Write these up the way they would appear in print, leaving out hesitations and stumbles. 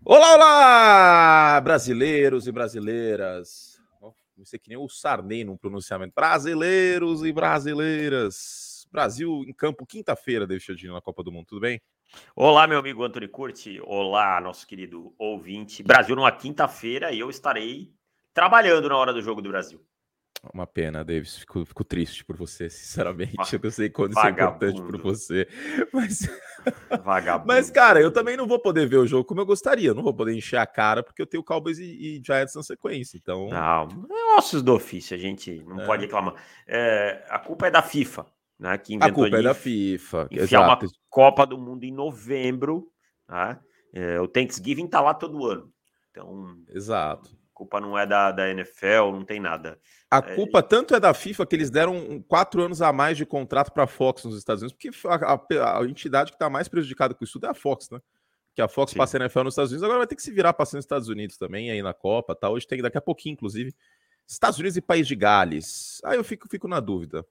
Olá, olá, brasileiros e brasileiras. Não sei que nem o Sarney num pronunciamento. Brasileiros e brasileiras. Brasil em campo, quinta-feira, David Chiodini, na Copa do Mundo, tudo bem? Olá, meu amigo Antony Curti. Olá, nosso querido ouvinte. Brasil numa quinta-feira e eu estarei trabalhando na hora do jogo do Brasil. Uma pena, Davis. Fico triste por você, sinceramente. Eu sei quando isso é Vagabundo. importante por você. Mas, Vagabundo. Cara, eu também não vou poder ver o jogo como eu gostaria. Eu não vou poder encher a cara porque eu tenho Cowboys e Giants na sequência. Então, Não, é ossos do ofício, a gente não pode reclamar. A culpa é da FIFA, né? Que a inventou culpa é da FIFA. enfiar Exato. uma Copa do Mundo em novembro. Tá? O Thanksgiving tá lá todo ano. Então, Exato. a culpa não é da NFL, não tem nada. A culpa tanto é da FIFA que eles deram 4 anos a mais de contrato para a Fox nos Estados Unidos, porque a entidade que está mais prejudicada com isso tudo é a Fox, né? Que a Fox passa a NFL nos Estados Unidos, agora vai ter que se virar passando nos Estados Unidos também, aí na Copa, tá? Hoje tem daqui a pouquinho, inclusive, Estados Unidos e País de Gales. Aí eu fico na dúvida.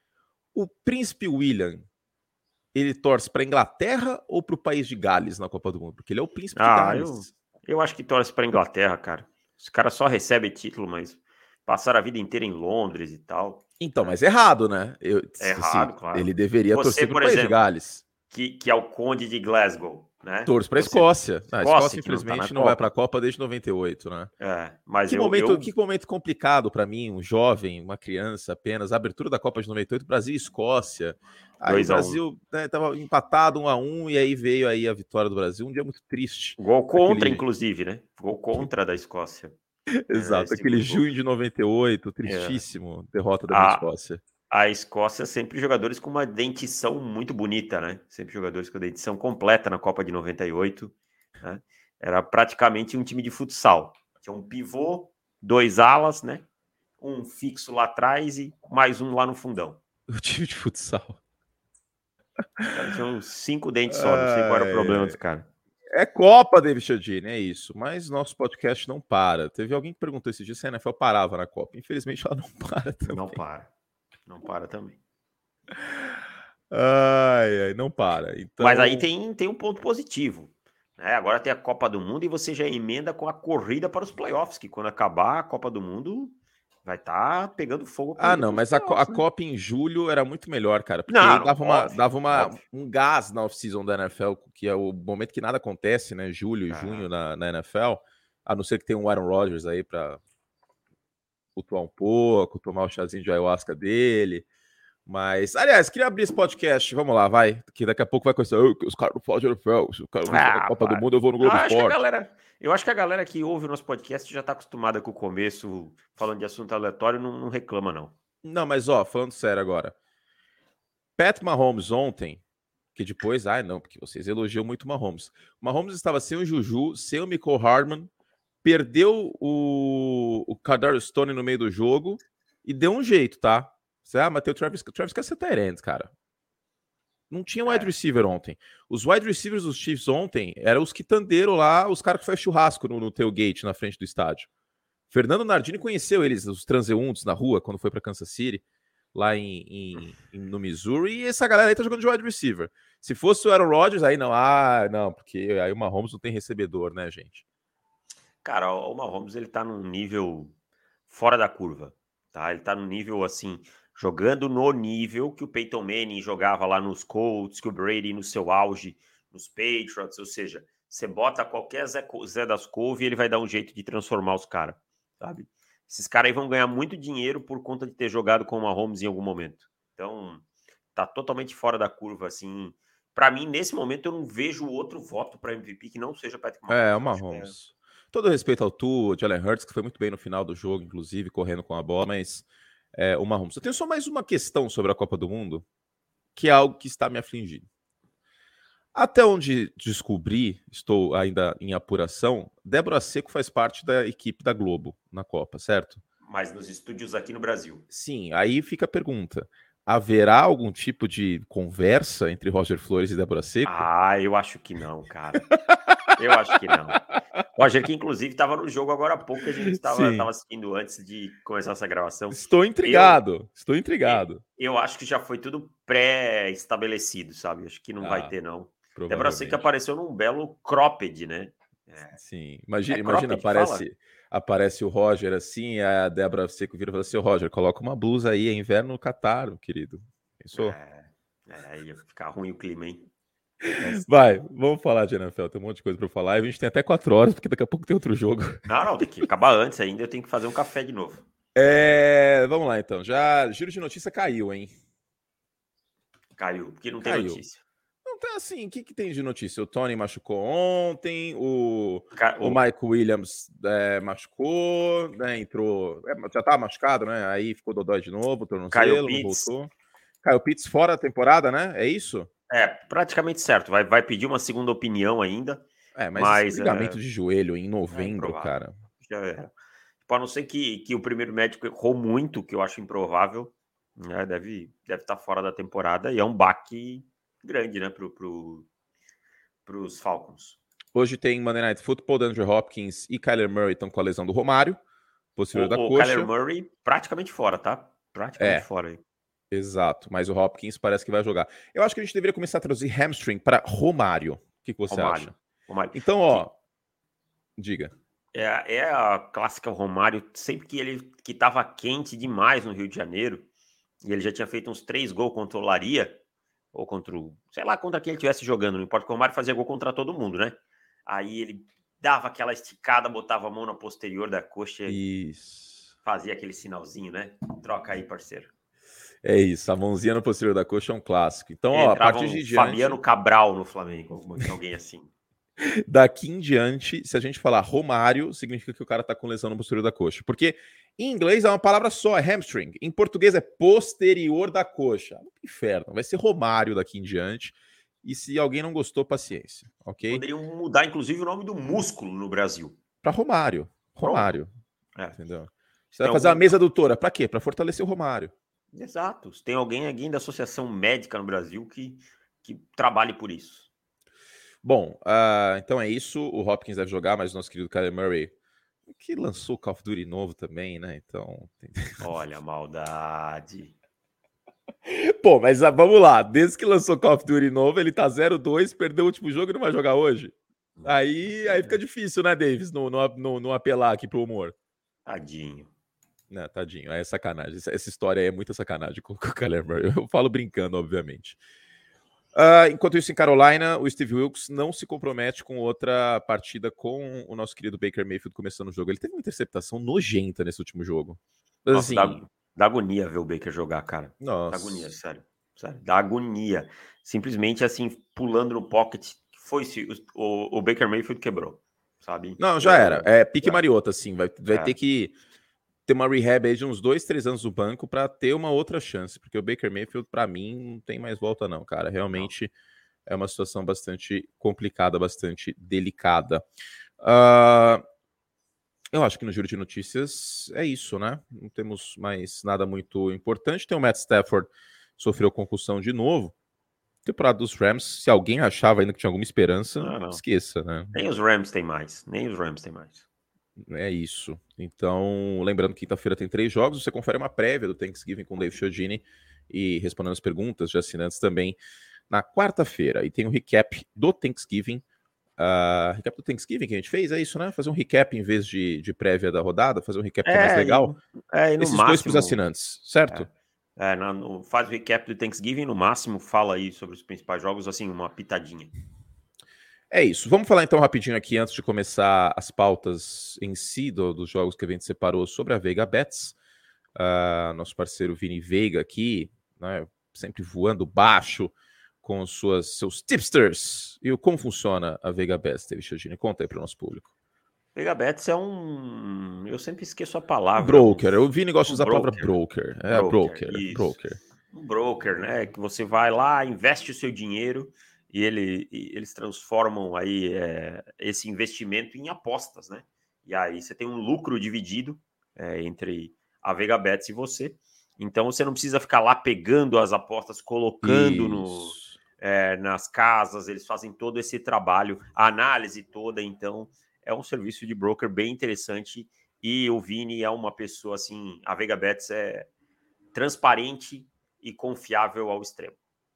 O Príncipe William, ele torce para Inglaterra ou para o País de Gales na Copa do Mundo? Porque ele é o Príncipe de Gales. Eu acho que torce para Inglaterra, cara. Os caras só recebem título, mas passaram a vida inteira em Londres e tal. Então, mas é errado, né? Errado, claro. Ele deveria torcer para o País de Gales. Que é o Conde de Glasgow, né? Torço para a Escócia. A Escócia, infelizmente, não vai para a Copa desde 98, né? Mas que momento complicado para mim, um jovem, uma criança apenas, a abertura da Copa de 98, Brasil e Escócia. Aí o Brasil estava empatado 1-1 e aí veio aí a vitória do Brasil. Um dia muito triste. Gol contra, inclusive, né? Gol contra da Escócia. Exato, aquele junho de 98, tristíssimo, derrota da minha Escócia. A Escócia sempre jogadores com uma dentição muito bonita, né? Sempre jogadores com a dentição completa na Copa de 98. Né? Era praticamente um time de futsal. Tinha um pivô, 2 alas, né? Um fixo lá atrás e mais um lá no fundão. O time de futsal. Tinham 5 dentes só, não sei qual era o problema dos caras. É Copa, David Chiodini, é isso. Mas nosso podcast não para. Teve alguém que perguntou esse dia se a NFL parava na Copa. Infelizmente ela não para também. Não para também. Ai, não para. Então... Mas aí tem um ponto positivo. Né? Agora tem a Copa do Mundo e você já emenda com a corrida para os playoffs, que quando acabar a Copa do Mundo vai estar pegando fogo. Não, mas a Copa em julho era muito melhor, cara. Porque aí dava um gás na off-season da NFL, que é o momento que nada acontece, né? Julho e junho na NFL. A não ser que tenha um Aaron Rodgers aí para flutuar um pouco, tomar o chazinho de ayahuasca dele. Mas, aliás, queria abrir esse podcast. Vamos lá, vai. Que daqui a pouco vai começar. Os caras não falam de NFL. Se o cara não fala da Copa do Mundo, eu vou no Globo Esporte. Eu acho que a galera que ouve o nosso podcast já tá acostumada com o começo, falando de assunto aleatório, não reclama, não. Não, mas, falando sério agora. Pat Mahomes ontem, que depois, porque vocês elogiam muito o Mahomes. O Mahomes estava sem o Juju, sem o Mecole Hardman, perdeu o Kadarius Toney no meio do jogo e deu um jeito, tá? Mas tem o Travis Kelce Tyrant, cara. Não tinha wide receiver ontem. Os wide receivers dos Chiefs ontem eram os quitandeiro lá, os caras que fazem churrasco no tailgate na frente do estádio. Fernando Nardini conheceu eles, os transeuntes na rua, quando foi para Kansas City, lá no Missouri, e essa galera aí tá jogando de wide receiver. Se fosse o Aaron Rodgers, aí não, porque aí o Mahomes não tem recebedor, né, gente? Cara, o Mahomes, ele tá num nível fora da curva, tá? Ele tá num nível, assim, jogando no nível que o Peyton Manning jogava lá nos Colts, que o Brady no seu auge, nos Patriots, ou seja, você bota qualquer Zé das Couve e ele vai dar um jeito de transformar os caras, sabe? Esses caras aí vão ganhar muito dinheiro por conta de ter jogado com o Mahomes em algum momento. Então, tá totalmente fora da curva, assim. Pra mim, nesse momento, eu não vejo outro voto pra MVP que não seja Patrick Mahomes. O Mahomes. Todo respeito ao Tua, Jalen Hurts, que foi muito bem no final do jogo, inclusive, correndo com a bola, mas o Mahomes. Eu tenho só mais uma questão sobre a Copa do Mundo, que é algo que está me afligindo. Até onde descobri, estou ainda em apuração, Débora Seco faz parte da equipe da Globo na Copa, certo? Mas nos estúdios aqui no Brasil. Sim, aí fica a pergunta. Haverá algum tipo de conversa entre Roger Flores e Débora Seco? Eu acho que não, cara. Eu acho que não. Roger, que inclusive estava no jogo agora há pouco, que a gente estava assistindo antes de começar essa gravação. Estou intrigado. Eu acho que já foi tudo pré-estabelecido, sabe? Acho que não vai ter, não. Débora Seco apareceu num belo cropped, né? Sim. É Imagina, cropped que fala? aparece o Roger assim, a Débora Seco vira e fala assim, ô Roger, coloca uma blusa aí, é inverno no Catar, meu querido. Pensou? Ia ficar ruim o clima, hein? Mas... Vai, vamos falar de NFL, tem um monte de coisa pra falar, e a gente tem até 4 horas, porque daqui a pouco tem outro jogo. Não, tem que acabar antes ainda, eu tenho que fazer um café de novo. Vamos lá então, já, giro de notícia caiu, hein? Caiu, porque não tem Caiu. notícia. Não tem assim, o que tem de notícia? O Tony machucou ontem, o O Mike Williams machucou, né? Entrou. Já tava machucado, né? Aí ficou dodói de novo, Kyle tornozelo, não Pitts, voltou. Kyle Pitts fora da temporada, né? É isso? praticamente certo. Vai pedir uma segunda opinião ainda, Mas esse mas ligamento de joelho em é novembro, improvável. cara. Já era. Tipo, a não ser que o primeiro médico errou muito, que eu acho improvável, né? Deve estar fora da temporada, e é um baque grande, né, pros Falcons. Hoje tem Monday Night Football, DeAndre Hopkins e Kyler Murray estão com a lesão do Romário, posterior da O Kyler coxa. Murray praticamente fora, tá? Praticamente É, fora aí. exato, mas o Hopkins parece que vai jogar. Eu acho que a gente deveria começar a traduzir hamstring para Romário. O que você acha? Romário. Então, ó, diga. É a clássica Romário, sempre que ele que tava quente demais no Rio de Janeiro, e ele já tinha feito uns 3 gols contra o Olaria, ou contra o, sei lá, contra quem ele estivesse jogando, não importa que o Romário fazia gol contra todo mundo, né? Aí ele dava aquela esticada, botava a mão na posterior da coxa e Isso. fazia aquele sinalzinho, né? Troca aí, parceiro. É isso, a mãozinha no posterior da coxa é um clássico. Então, E ó, a entrava partir um de Fabiano diante, Cabral no Flamengo, alguém assim. daqui em diante, se a gente falar Romário, significa que o cara tá com lesão no posterior da coxa. Porque em inglês é uma palavra só, é hamstring. Em português é posterior da coxa. Inferno, vai ser Romário daqui em diante. E se alguém não gostou, paciência, ok? Poderiam mudar, inclusive, o nome do músculo no Brasil. Para Romário. Pronto. Romário. Entendeu? Se Você tem vai fazer uma algum... mesa doutora. Para quê? Para fortalecer o Romário. Exato. Se tem alguém da associação médica no Brasil que trabalhe por isso. Bom, então é isso. O Hopkins deve jogar, mas o nosso querido Kyler Murray, que lançou o Call of Duty novo também, né? Então. Olha a maldade. Pô, mas vamos lá. Desde que lançou Call of Duty novo, ele tá 0-2, perdeu o último jogo e não vai jogar hoje. Aí fica difícil, né, Davis? Não apelar aqui pro humor. Tadinho. Não, tadinho, é sacanagem. Essa história é muita sacanagem com o Kyler Murray. Eu falo brincando, obviamente. Enquanto isso, em Carolina, o Steve Wilkes não se compromete com outra partida com o nosso querido Baker Mayfield começando o jogo. Ele teve uma interceptação nojenta nesse último jogo. Mas Nossa, assim. dá agonia ver o Baker jogar, cara. Dá agonia, Nossa. sério. Sério, dá agonia. Simplesmente assim, pulando no pocket, foi-se o Baker Mayfield quebrou, sabe? Não, já era. É pique Mariota, assim. Vai ter É. que ter uma rehab aí de uns 2, 3 anos no banco para ter uma outra chance. Porque o Baker Mayfield, para mim, não tem mais volta, não, cara. Realmente é uma situação bastante complicada, bastante delicada. Eu acho que no giro de notícias é isso, né? Não temos mais nada muito importante. Tem o Matt Stafford, sofreu concussão de novo. Temporada dos Rams, se alguém achava ainda que tinha alguma esperança, Não. esqueça, né? Nem os Rams tem mais. Nem os Rams tem mais. É isso. Então, lembrando que quinta-feira tem 3 jogos, você confere uma prévia do Thanksgiving com o Dave Chiodini e respondendo as perguntas de assinantes também na quarta-feira. E tem um recap do Thanksgiving. Recap do Thanksgiving que a gente fez, é isso, né? Fazer um recap em vez de prévia da rodada, fazer um recap que é mais legal. E no Esses dois para os máximo. assinantes, certo? Faz o recap do Thanksgiving, no máximo fala aí sobre os principais jogos, assim, uma pitadinha. É isso. Vamos falar então rapidinho aqui, antes de começar as pautas em si dos jogos que a gente separou sobre a Veiga Bets. Nosso parceiro Vini Veiga aqui, né, sempre voando baixo com seus tipsters. E como funciona a Veiga Bets, David Chiodini? Conta aí para o nosso público. Veiga Bets é um... Eu sempre esqueço a palavra. Broker. O Vini gosta de usar a palavra broker. broker. Isso. Broker. Um broker, né? Que você vai lá, investe o seu dinheiro e eles transformam aí esse investimento em apostas, né? E aí você tem um lucro dividido entre a Veiga Bets e você. Então você não precisa ficar lá pegando as apostas, colocando nas casas, eles fazem todo esse trabalho, a análise toda, então é um serviço de broker bem interessante e o Vini é uma pessoa assim, a Veiga Bets é transparente e confiável ao extremo.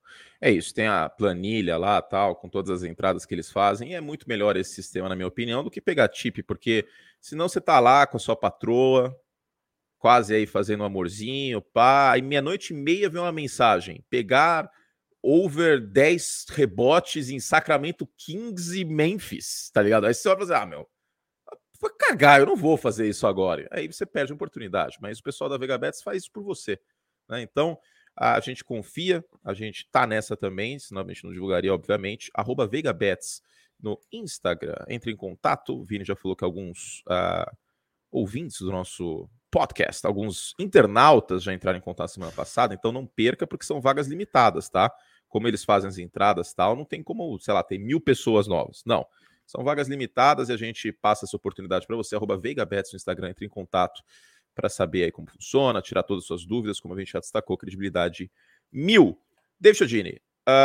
É isso, tem a planilha lá, tal, com todas as entradas que eles fazem, e é muito melhor esse sistema, na minha opinião, do que pegar tip, porque senão você tá lá com a sua patroa, quase aí fazendo um amorzinho, pá, aí 00:30 vem uma mensagem, pegar over 10 rebotes em Sacramento Kings e Memphis, tá ligado? Aí você vai fazer, meu, foi cagar, eu não vou fazer isso agora. Aí você perde a oportunidade, mas o pessoal da VegaBets faz isso por você, né? Então, a gente confia, a gente tá nessa também, senão a gente não divulgaria, obviamente. @VegaBets no Instagram. Entre em contato. O Vini já falou que alguns ouvintes do nosso podcast, alguns internautas já entraram em contato semana passada, então não perca, porque são vagas limitadas, tá? Como eles fazem as entradas e tal, não tem como, sei lá, tem 1000 pessoas novas. Não. São vagas limitadas e a gente passa essa oportunidade para você. @VegaBets no Instagram, entre em contato para saber aí como funciona, tirar todas as suas dúvidas, como a gente já destacou, credibilidade 1000. David Chodini,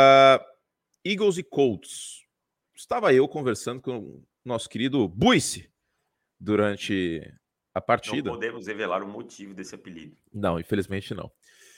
Eagles e Colts. Estava eu conversando com o nosso querido Buice durante a partida. Não podemos revelar o motivo desse apelido. Não, infelizmente não.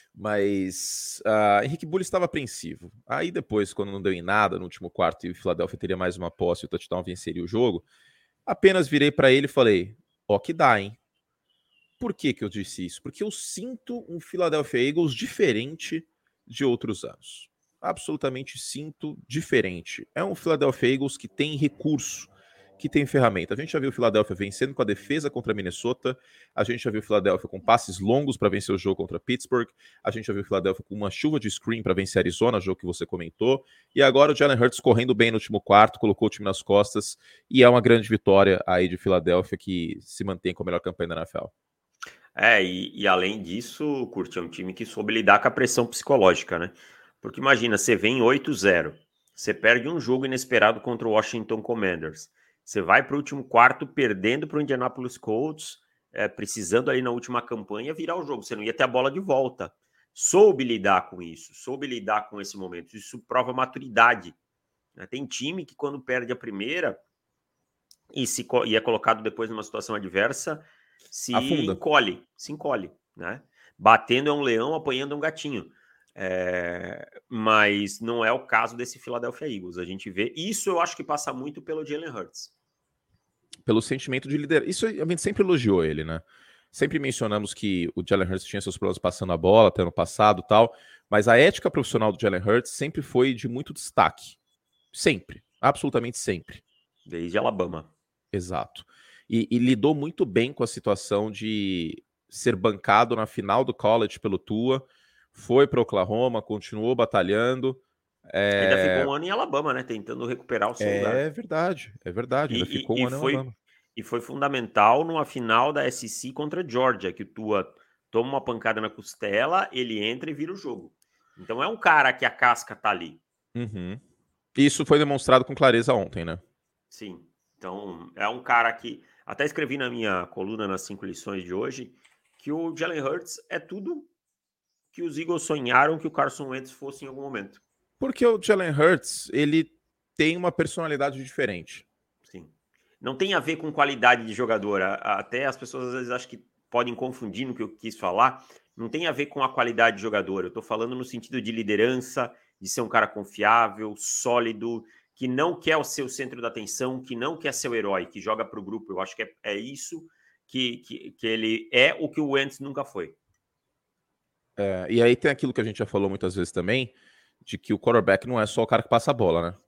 Mas Henrique Bulli estava apreensivo. Aí depois, quando não deu em nada no último quarto e o Philadelphia teria mais uma posse e o touchdown venceria o jogo, apenas virei para ele e falei, ó que dá, hein? Por que eu disse isso? Porque eu sinto um Philadelphia Eagles diferente de outros anos. Absolutamente sinto diferente. É um Philadelphia Eagles que tem recurso, que tem ferramenta. A gente já viu o Philadelphia vencendo com a defesa contra a Minnesota, a gente já viu o Philadelphia com passes longos para vencer o jogo contra Pittsburgh, a gente já viu o Philadelphia com uma chuva de screen para vencer a Arizona, jogo que você comentou, e agora o Jalen Hurts correndo bem no último quarto, colocou o time nas costas, e é uma grande vitória aí de Philadelphia que se mantém com a melhor campanha da NFL. E além disso, Curti, é um time que soube lidar com a pressão psicológica, né? Porque imagina, você vem 8-0, você perde um jogo inesperado contra o Washington Commanders, você vai para o último quarto perdendo para o Indianapolis Colts, precisando aí na última campanha virar o jogo, você não ia ter a bola de volta. Soube lidar com isso, soube lidar com esse momento, isso prova maturidade. Né? Tem time que quando perde a primeira e é colocado depois numa situação adversa, se encolhe, né? Batendo é um leão, apanhando é um gatinho. Mas não é o caso desse Philadelphia Eagles. A gente vê. Isso eu acho que passa muito pelo Jalen Hurts. Pelo sentimento de liderança. Isso a gente sempre elogiou ele, né? Sempre mencionamos que o Jalen Hurts tinha seus problemas passando a bola até ano passado e tal, mas a ética profissional do Jalen Hurts sempre foi de muito destaque. Sempre. Absolutamente sempre. Desde Alabama. Exato. E lidou muito bem com a situação de ser bancado na final do college pelo Tua, foi para Oklahoma, continuou batalhando. Ainda ficou um ano em Alabama, né? Tentando recuperar o seu lugar. É verdade. Ainda ficou um ano em Alabama. E foi fundamental numa final da SEC contra a Georgia, que o Tua toma uma pancada na costela, ele entra e vira o jogo. Então é um cara que a casca tá ali. Uhum. Isso foi demonstrado com clareza ontem, né? Sim. Então é um cara que... Até escrevi na minha coluna nas 5 lições de hoje que o Jalen Hurts é tudo que os Eagles sonharam que o Carson Wentz fosse em algum momento. Porque o Jalen Hurts, ele tem uma personalidade diferente. Sim. Não tem a ver com qualidade de jogador. Até as pessoas às vezes acham que podem confundir no que eu quis falar. Não tem a ver com a qualidade de jogador. Eu tô falando no sentido de liderança, de ser um cara confiável, sólido, que não quer ser o centro da atenção, que não quer ser o herói, que joga para o grupo. Eu acho que é isso que ele é o que o Wentz nunca foi. E aí tem aquilo que a gente já falou muitas vezes também, de que o quarterback não é só o cara que passa a bola, né?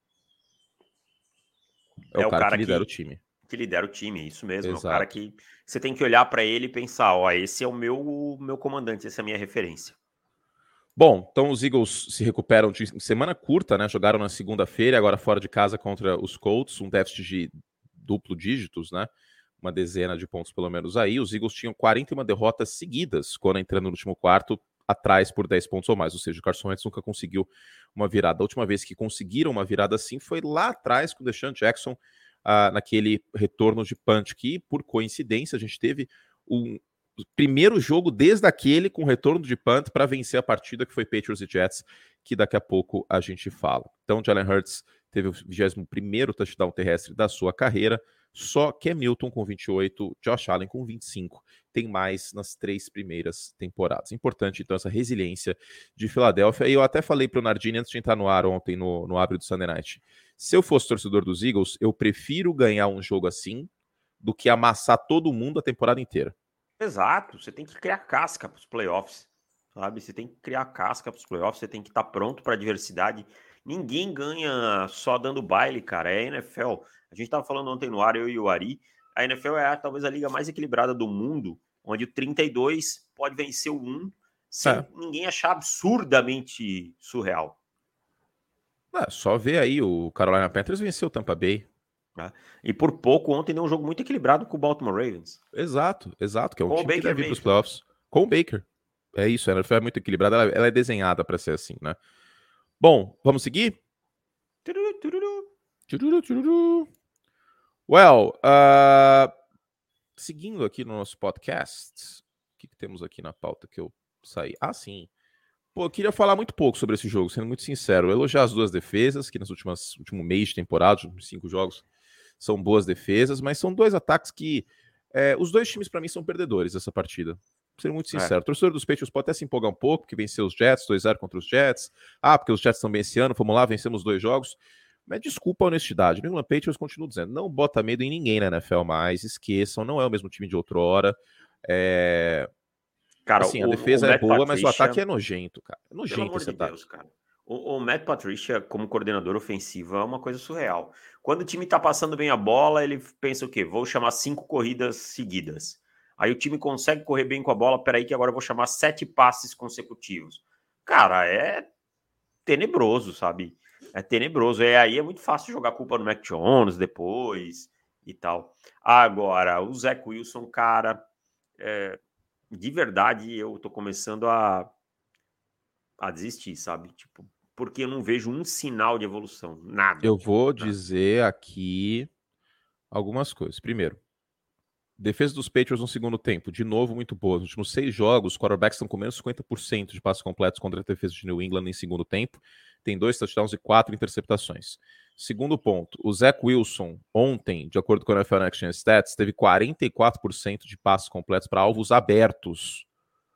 É o cara que lidera o time. Que lidera o time, isso mesmo. Exato. É o cara que você tem que olhar para ele e pensar, ó, esse é o meu comandante, essa é a minha referência. Bom, então os Eagles se recuperam de semana curta, né? Jogaram na segunda-feira, agora fora de casa contra os Colts, um déficit de duplo dígitos, né? Uma dezena de pontos pelo menos aí. Os Eagles tinham 41 derrotas seguidas quando entrando no último quarto, atrás por 10 pontos ou mais. Ou seja, o Carson Wentz nunca conseguiu uma virada. A última vez que conseguiram uma virada assim foi lá atrás com o Deshaun Jackson, naquele retorno de punch, que por coincidência a gente teve o primeiro jogo desde aquele com retorno de punt para vencer a partida, que foi Patriots e Jets, que daqui a pouco a gente fala. Então, Jalen Hurts teve o 21º touchdown terrestre da sua carreira, só Cam Newton com 28, Josh Allen com 25 tem mais nas 3 primeiras temporadas. Importante, então, essa resiliência de Filadélfia. E eu até falei para o Nardini antes de entrar no ar ontem no Abre do Sunday Night. Se eu fosse torcedor dos Eagles, eu prefiro ganhar um jogo assim do que amassar todo mundo a temporada inteira. Exato, você tem que criar casca para os playoffs, sabe? Você tem que criar casca para os playoffs, você tem que estar pronto para a adversidade. Ninguém ganha só dando baile, cara. É a NFL. A gente estava falando ontem no ar, eu e o Ari. A NFL é talvez a liga mais equilibrada do mundo, onde o 32 pode vencer o 1 sem ninguém achar absurdamente surreal. Só ver aí, o Carolina Panthers venceu o Tampa Bay. E por pouco ontem deu um jogo muito equilibrado com o Baltimore Ravens. Exato, que é um com time que deve ir para os playoffs. Com o Baker. É isso, a NFL é muito equilibrada, ela é desenhada para ser assim, né? Bom, vamos seguir? Well, seguindo aqui no nosso podcast, o que temos aqui na pauta que eu saí? Ah, sim. Pô, eu queria falar muito pouco sobre esse jogo, sendo muito sincero. Eu elogiar as duas defesas, que nos último mês de temporada, nos 5 jogos, são boas defesas, mas são 2 ataques que os 2 times, para mim, são perdedores dessa partida. Sendo muito sincero. O torcedor dos Patriots pode até se empolgar um pouco, porque venceu os Jets, 2-0 contra os Jets. Ah, porque os Jets estão bem esse ano, vamos lá, vencemos 2 jogos. Mas desculpa a honestidade. O New England Patriots continua dizendo, não bota medo em ninguém na NFL mais, esqueçam, não é o mesmo time de outrora. Cara, assim, a defesa é boa, mas o ataque é nojento, cara. É nojento. Pelo amor de Deus, cara. O Matt Patricia, como coordenador ofensivo, é uma coisa surreal. Quando o time tá passando bem a bola, ele pensa o quê? Vou chamar 5 corridas seguidas. Aí o time consegue correr bem com a bola, peraí que agora eu vou chamar 7 passes consecutivos. Cara, é tenebroso, sabe? É tenebroso. Aí é muito fácil jogar culpa no Mac Jones depois e tal. Agora, o Zach Wilson, cara, de verdade, eu tô começando a desistir, sabe? Tipo, porque eu não vejo um sinal de evolução, nada. Eu vou dizer aqui algumas coisas. Primeiro, defesa dos Patriots no segundo tempo, de novo, muito boa. Nos últimos 6 jogos, os quarterbacks estão com menos 50% de passos completos contra a defesa de New England em segundo tempo. Tem 2 touchdowns e 4 interceptações. Segundo ponto, o Zach Wilson, ontem, de acordo com a NFL Next Gen Stats, teve 44% de passos completos para alvos abertos.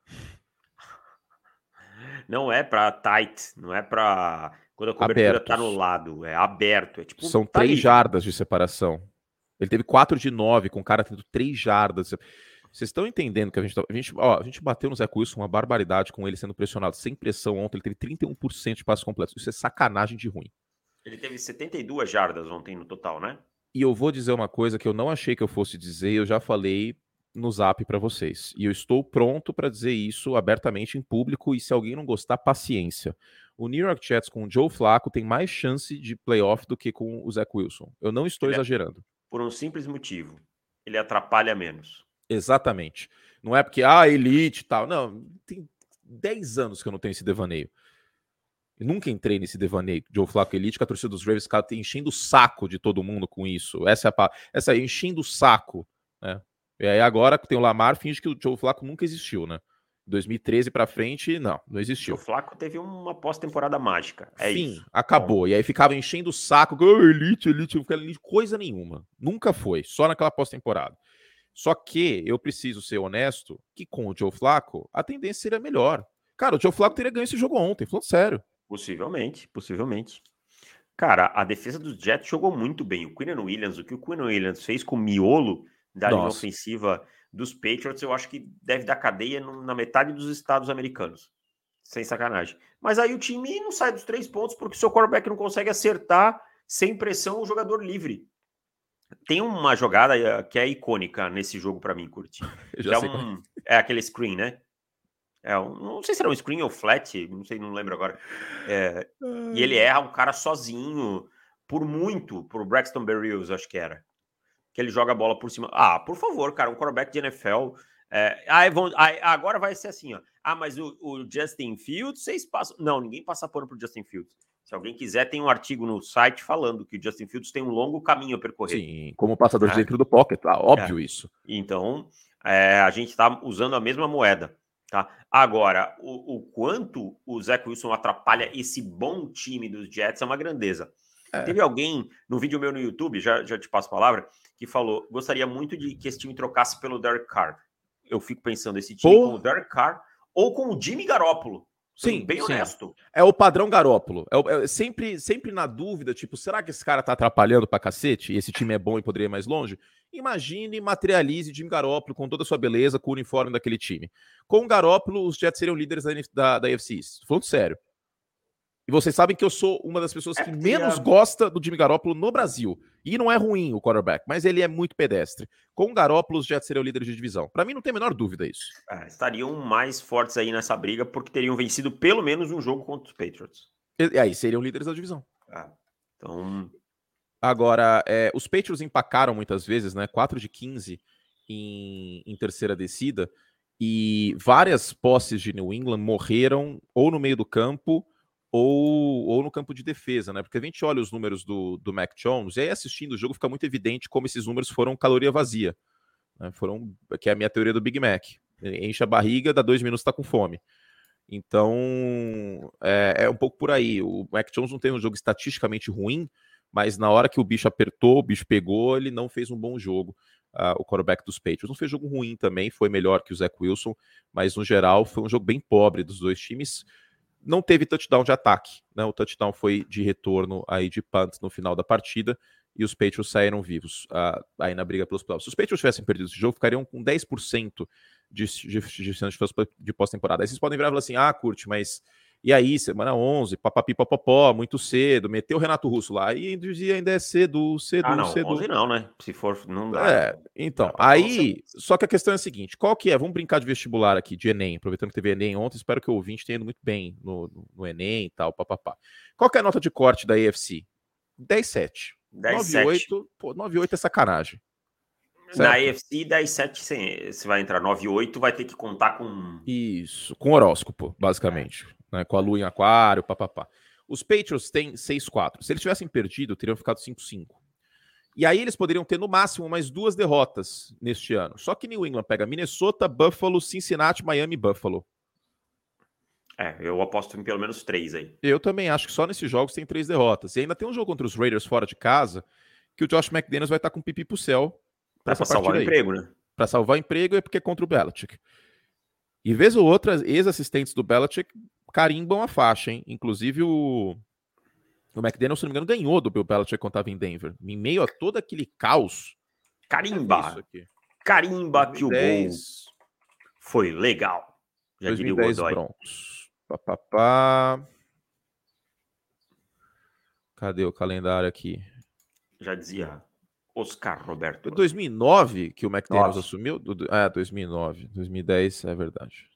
Não é para tight, não é para quando a cobertura abertos. Tá no lado, é aberto. É tipo, são 3 jardas de separação. Ele teve 4 de 9, com o cara tendo 3 jardas. Vocês estão entendendo que a gente bateu no Zach Wilson uma barbaridade com ele sendo pressionado sem pressão ontem. Ele teve 31% de passos completos. Isso é sacanagem de ruim. Ele teve 72 jardas ontem no total, né? E eu vou dizer uma coisa que eu não achei que eu fosse dizer, eu já falei no Zap para vocês. E eu estou pronto para dizer isso abertamente em público, e se alguém não gostar, paciência. O New York Jets com o Joe Flacco tem mais chance de playoff do que com o Zach Wilson. Eu não estou exagerando. Por um simples motivo. Ele atrapalha menos. Exatamente. Não é porque, elite e tal. Não, tem 10 anos que eu não tenho esse devaneio. Eu nunca entrei nesse devaneio, Joe Flacco elite, que a torcida dos Ravens está enchendo o saco de todo mundo com isso. Essa aí, enchendo o saco, né? E aí agora que tem o Lamar, finge que o Joe Flacco nunca existiu, né? 2013 para frente, não existiu. O Flacco teve uma pós-temporada mágica. Isso. Acabou. Bom. E aí ficava enchendo o saco, elite, coisa nenhuma. Nunca foi, só naquela pós-temporada. Só que eu preciso ser honesto que com o Joe Flacco a tendência seria melhor. Cara, o Joe Flacco teria ganho esse jogo ontem, falando sério. Possivelmente. Cara, a defesa dos Jets jogou muito bem. O que o Quinnen Williams fez com o miolo da linha ofensiva dos Patriots, eu acho que deve dar cadeia na metade dos estados americanos. Sem sacanagem. Mas aí o time não sai dos 3 pontos porque o seu quarterback não consegue acertar sem pressão o jogador livre. Tem uma jogada que é icônica nesse jogo para mim, Curti. É aquele screen, né? Não sei se era um screen ou flat, não lembro agora. E ele erra um cara sozinho, por Braxton Berrios, acho que era. Que ele joga a bola por cima. Por favor, cara, um quarterback de NFL. Agora vai ser assim, ó. Mas o Justin Fields, vocês passam. Não, ninguém passa pano pro Justin Fields. Se alguém quiser, tem um artigo no site falando que o Justin Fields tem um longo caminho a percorrer. Sim, como passador de dentro do pocket, óbvio isso. Então, a gente tá usando a mesma moeda. Tá? Agora, o quanto o Zach Wilson atrapalha esse bom time dos Jets é uma grandeza. Teve alguém no vídeo meu no YouTube, já te passo a palavra, que falou: gostaria muito de que esse time trocasse pelo Derek Carr. eu fico pensando esse time Pô. com o Derek Carr ou com o Jimmy Garoppolo. Sim, Bem honesto. É o padrão Garópolo. Sempre na dúvida, tipo, será que esse cara tá atrapalhando pra cacete e esse time é bom e poderia ir mais longe? Imagine, materialize Jimmy Garoppolo com toda a sua beleza, com o uniforme daquele time. Com o Garoppolo, os Jets seriam líderes da AFC East. Falando sério. E vocês sabem que eu sou uma das pessoas que menos gosta do Jimmy Garoppolo no Brasil. E não é ruim o quarterback, mas ele é muito pedestre. Com o Garoppolo, os Jets seriam líderes de divisão. Pra mim, não tem a menor dúvida isso. Estariam mais fortes aí nessa briga, porque teriam vencido pelo menos um jogo contra os Patriots. E aí, seriam líderes da divisão. Então... Agora, os Patriots empacaram muitas vezes, né? 4 de 15 em terceira descida. E várias posses de New England morreram ou no meio do campo ou no campo de defesa, né? Porque a gente olha os números do Mac Jones e aí assistindo o jogo fica muito evidente como esses números foram caloria vazia. Né? Que é a minha teoria do Big Mac. Enche a barriga, dá 2 minutos, tá com fome. Então, é um pouco por aí. O Mac Jones não tem um jogo estatisticamente ruim, mas na hora que o bicho apertou, o bicho pegou, ele não fez um bom jogo. O quarterback dos Patriots não fez jogo ruim também, foi melhor que o Zach Wilson, mas no geral foi um jogo bem pobre dos dois times. Não teve touchdown de ataque, né? O touchdown foi de retorno aí de punt no final da partida e os Patriots saíram vivos aí na briga pelos playoffs. Se os Patriots tivessem perdido esse jogo, ficariam com 10% de chance de pós-temporada. Aí vocês podem virar e falar assim, Curte, mas e aí, semana 11, papapi, papapó, muito cedo, meteu o Renato Russo lá, e ainda é cedo. não, cedo. 11 não, né? Se for, não dá. Então, aí, só que a questão é a seguinte, qual que é? Vamos brincar de vestibular aqui, de Enem, aproveitando que teve Enem ontem, espero que o ouvinte tenha ido muito bem no Enem e tal, papapá. Qual que é a nota de corte da AFC? 10-7. 9-8, pô, 9-8 é sacanagem. Certo? Na AFC, 10-7, você vai entrar 9-8, vai ter que contar com... Isso, com horóscopo, basicamente. Né, com a lua em aquário, papapá. Os Patriots têm 6-4. Se eles tivessem perdido, teriam ficado 5-5. E aí eles poderiam ter, no máximo, mais 2 derrotas neste ano. Só que New England pega Minnesota, Buffalo, Cincinnati, Miami e Buffalo. Eu aposto em pelo menos 3 aí. Eu também acho que só nesses jogos tem 3 derrotas. E ainda tem um jogo contra os Raiders fora de casa, que o Josh McDaniels vai estar com pipi pro céu. Pra salvar o emprego, né? Pra salvar o emprego é porque é contra o Belichick. E vez ou outra, ex-assistentes do Belichick carimbam a faixa, hein? Inclusive o McDaniels, se não me engano, ganhou do Bill Belichick quando estava em Denver. Em meio a todo aquele caos. Carimba que o gol foi legal. Já 2010 diria o Godoy. Broncos. Papapá. Cadê o calendário aqui? Já dizia Oscar Roberto. Foi 2009 que o McDaniels assumiu? 2009. 2010, é verdade.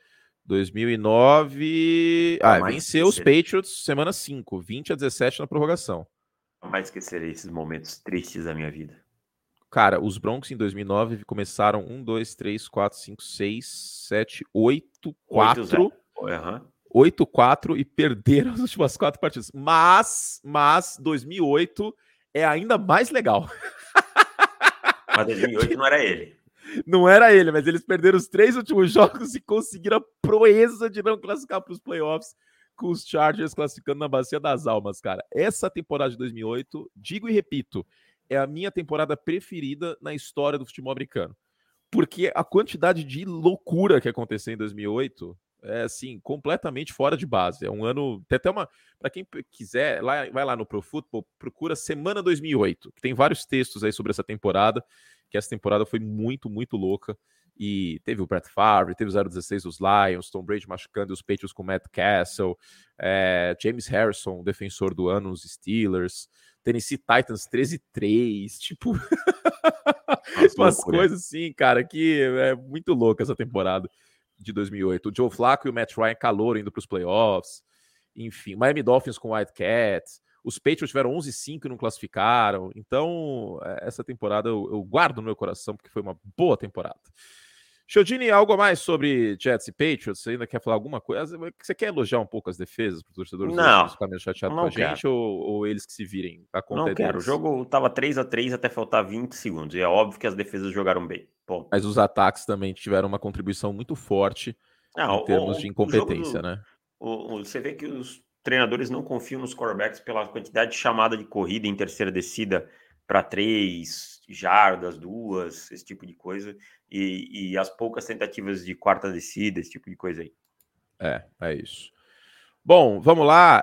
2009... venceu os Patriots semana 5, 20-17 na prorrogação. Não mais esquecerei esses momentos tristes da minha vida. Cara, os Broncos em 2009 começaram 1, 2, 3, 4, 5, 6, 7, 8, 4... 8-4 e perderam as últimas 4 partidas. Mas 2008 é ainda mais legal. Mas 2008 não era ele. Não era ele, mas eles perderam os 3 últimos jogos e conseguiram a proeza de não classificar para os playoffs, com os Chargers classificando na Bacia das Almas, cara. Essa temporada de 2008, digo e repito, é a minha temporada preferida na história do futebol americano. Porque a quantidade de loucura que aconteceu em 2008 é, assim, completamente fora de base. É um ano... Tem até uma... Para quem quiser, vai lá no Pro Football, procura Semana 2008, que tem vários textos aí sobre essa temporada, que essa temporada foi muito, muito louca. E teve o Brett Favre, teve o 016 dos Lions, Tom Brady machucando os Patriots com o Matt Castle, James Harrison, defensor do ano nos Steelers, Tennessee Titans 13-3, tipo... umas coisas assim, cara, que é muito louca essa temporada de 2008. O Joe Flacco e o Matt Ryan calor indo para os playoffs. Enfim, Miami Dolphins com Wildcats. Os Patriots tiveram 11-5 e não classificaram. Então, essa temporada eu guardo no meu coração porque foi uma boa temporada. Chiodini, algo a mais sobre Jets e Patriots? Você ainda quer falar alguma coisa? Você quer elogiar um pouco as defesas para os torcedores? Não, ficar meio chateado com a gente ou eles que se virem? A conta não quero. Deles. O jogo estava 3-3 até faltar 20 segundos. E é óbvio que as defesas jogaram bem. Ponto. Mas os ataques também tiveram uma contribuição muito forte em termos de incompetência, né? Você vê que os treinadores não confiam nos quarterbacks pela quantidade de chamada de corrida em terceira descida para 3 jardas, 2, esse tipo de coisa. E as poucas tentativas de quarta descida, esse tipo de coisa aí. É isso. Bom, vamos lá.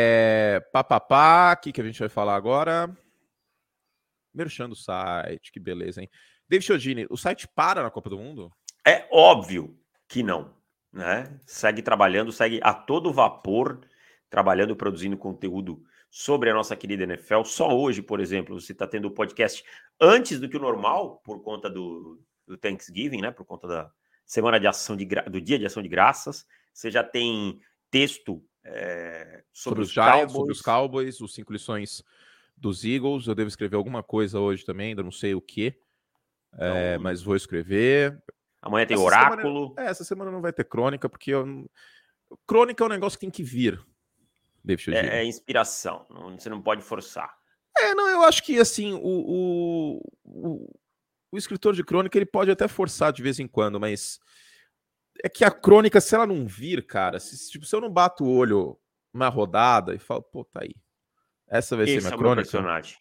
O que a gente vai falar agora? Merchan do site, que beleza, hein? David Chiodini, o site para na Copa do Mundo? É óbvio que não, né? Segue trabalhando, segue a todo vapor, trabalhando, produzindo conteúdo sobre a nossa querida NFL. Só hoje, por exemplo, você está tendo o podcast antes do que o normal, por conta do Thanksgiving, né? Por conta da semana de ação do dia de ação de graças. Você já tem texto sobre os os Giants, sobre os Cowboys. Cowboys, os 5 lições dos Eagles. Eu devo escrever alguma coisa hoje também, ainda não sei o que, Então, mas vou escrever. amanhã tem oráculo. Essa semana não vai ter crônica, porque crônica é um negócio que tem que vir, David Chiodini. É inspiração, você não pode forçar. Não, eu acho que assim, o escritor de crônica ele pode até forçar de vez em quando, mas é que a crônica, se ela não vir, cara, se eu não bato o olho na rodada e falo, pô, tá aí. Essa vai ser minha Esse é o meu crônica. personagem.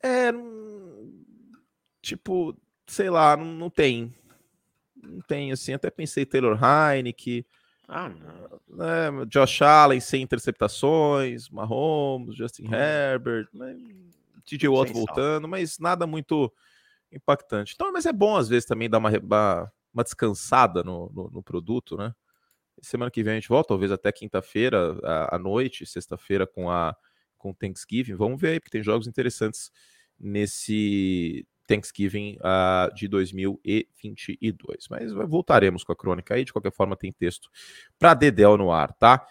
Tipo, sei lá, não tem. Não tem, assim, até pensei Taylor Heinicke, Não. né, Josh Allen sem interceptações, Mahomes, Justin Herbert, né, TJ Watt voltando, mas nada muito impactante. Então, mas é bom às vezes também dar uma descansada no produto, né? Semana que vem a gente volta, talvez até quinta-feira à noite, sexta-feira com Thanksgiving. Vamos ver aí, porque tem jogos interessantes nesse Thanksgiving de 2022. Mas voltaremos com a crônica aí. De qualquer forma, tem texto para Dedéu no ar, tá?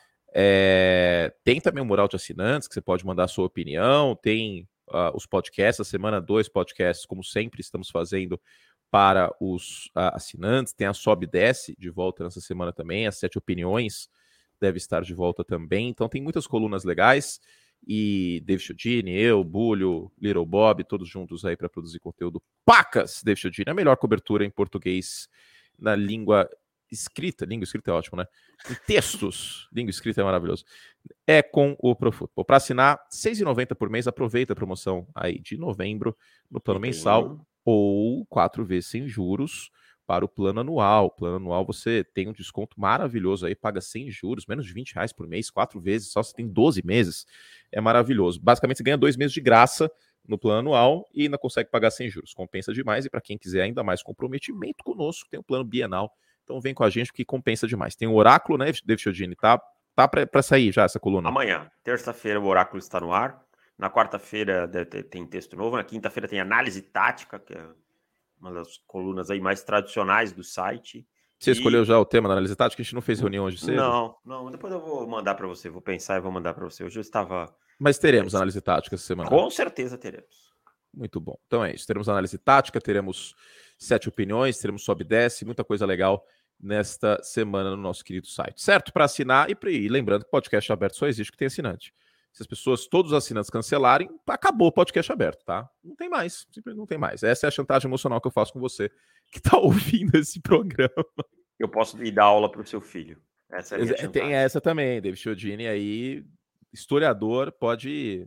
Tem também o mural de assinantes, que você pode mandar a sua opinião. Tem os podcasts, a semana 2 podcasts, como sempre estamos fazendo para os assinantes. Tem a Sobe e Desce de volta nessa semana também. As 7 opiniões deve estar de volta também. Então tem muitas colunas legais. E David Chiodini, eu, Bulho, Little Bob, todos juntos aí para produzir conteúdo. Pacas, David Chiodini, a melhor cobertura em português na língua escrita. Língua escrita é ótimo, né? Em textos, língua escrita é maravilhoso. É com o ProFootball. Para assinar, R$ 6,90 por mês. Aproveita a promoção aí de novembro no plano mensal ou 4 vezes sem juros para o plano anual. O plano anual você tem um desconto maravilhoso aí, paga sem juros, menos de R$20 por mês, 4 vezes, só você tem 12 meses. É maravilhoso. Basicamente você ganha 2 meses de graça no plano anual e ainda consegue pagar sem juros. Compensa demais. E para quem quiser ainda mais comprometimento conosco, tem o plano bienal. Então vem com a gente que compensa demais. Tem o Oráculo, né, David Chiodini? Tá para sair já essa coluna? Amanhã, terça-feira, o Oráculo está no ar. Na quarta-feira tem texto novo. Na quinta-feira tem análise tática, que é uma das colunas aí mais tradicionais do site. Você escolheu já o tema da análise tática? A gente não fez reunião hoje cedo? Não. Depois eu vou mandar para você. Vou pensar e vou mandar para você. Hoje eu estava... Mas teremos análise tática essa semana? Com certeza teremos. Muito bom. Então é isso. Teremos análise tática, teremos 7 opiniões, teremos sobe e desce, muita coisa legal nesta semana no nosso querido site. Certo? Para assinar e lembrando que o podcast aberto só existe que tem assinante. Se as pessoas, todos os assinantes cancelarem, acabou o podcast aberto, tá? Não tem mais. Simplesmente não tem mais. Essa é a chantagem emocional que eu faço com você que está ouvindo esse programa. Eu posso ir dar aula para o seu filho. Essa é a minha chantagem. Tem essa também, David Chiodini aí, historiador, pode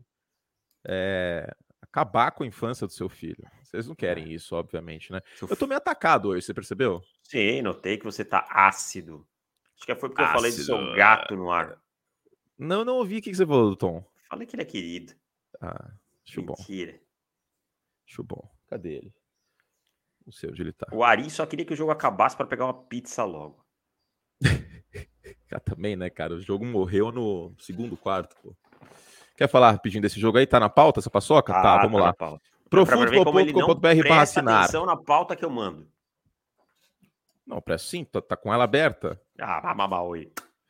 acabar com a infância do seu filho. Vocês não querem isso, obviamente, né? Eu tô meio atacado hoje, você percebeu? Sim, notei que você tá ácido. Acho que foi porque eu falei do seu gato no ar. Não ouvi o que você falou do Tom. Falei que ele é querido. Acho Mentira. Bom. Acho bom. Cadê ele? Não sei onde ele tá. O Ari só queria que o jogo acabasse para pegar uma pizza logo. Já também, né, cara? O jogo morreu no segundo quarto, pô. Quer falar rapidinho desse jogo aí? Tá na pauta essa paçoca? Tá, vamos lá. Profutbol.com.br para assinar. Atenção na pauta que eu mando. Não, presta sim, tá com ela aberta. Oi.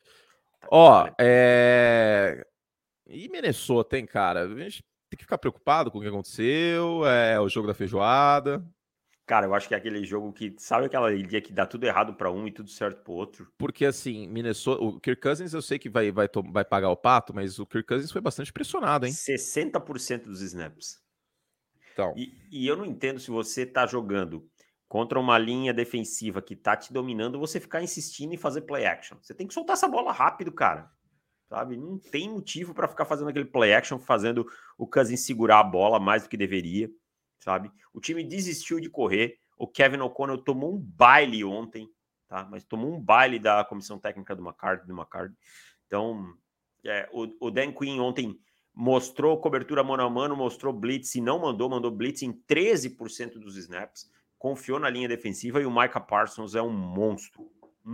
E Minnesota, hein, cara? A gente tem que ficar preocupado com o que aconteceu. É o jogo da feijoada. Cara, eu acho que é aquele jogo que... Sabe aquela dia que dá tudo errado para um e tudo certo pro outro? Porque, assim, Minnesota... O Kirk Cousins eu sei que vai pagar o pato, mas o Kirk Cousins foi bastante pressionado, hein? 60% dos snaps. Então. E eu não entendo se você tá jogando contra uma linha defensiva que tá te dominando, você ficar insistindo em fazer play action. Você tem que soltar essa bola rápido, cara. Sabe? Não tem motivo para ficar fazendo aquele play action, fazendo o Cousins segurar a bola mais do que deveria. sabe? O time desistiu de correr. O Kevin O'Connell tomou um baile ontem, tá? Mas tomou um baile da comissão técnica do McCarthy. Então, o Dan Quinn ontem mostrou cobertura mano a mano, mostrou blitz e não mandou blitz em 13% dos snaps, confiou na linha defensiva e o Micah Parsons é um monstro,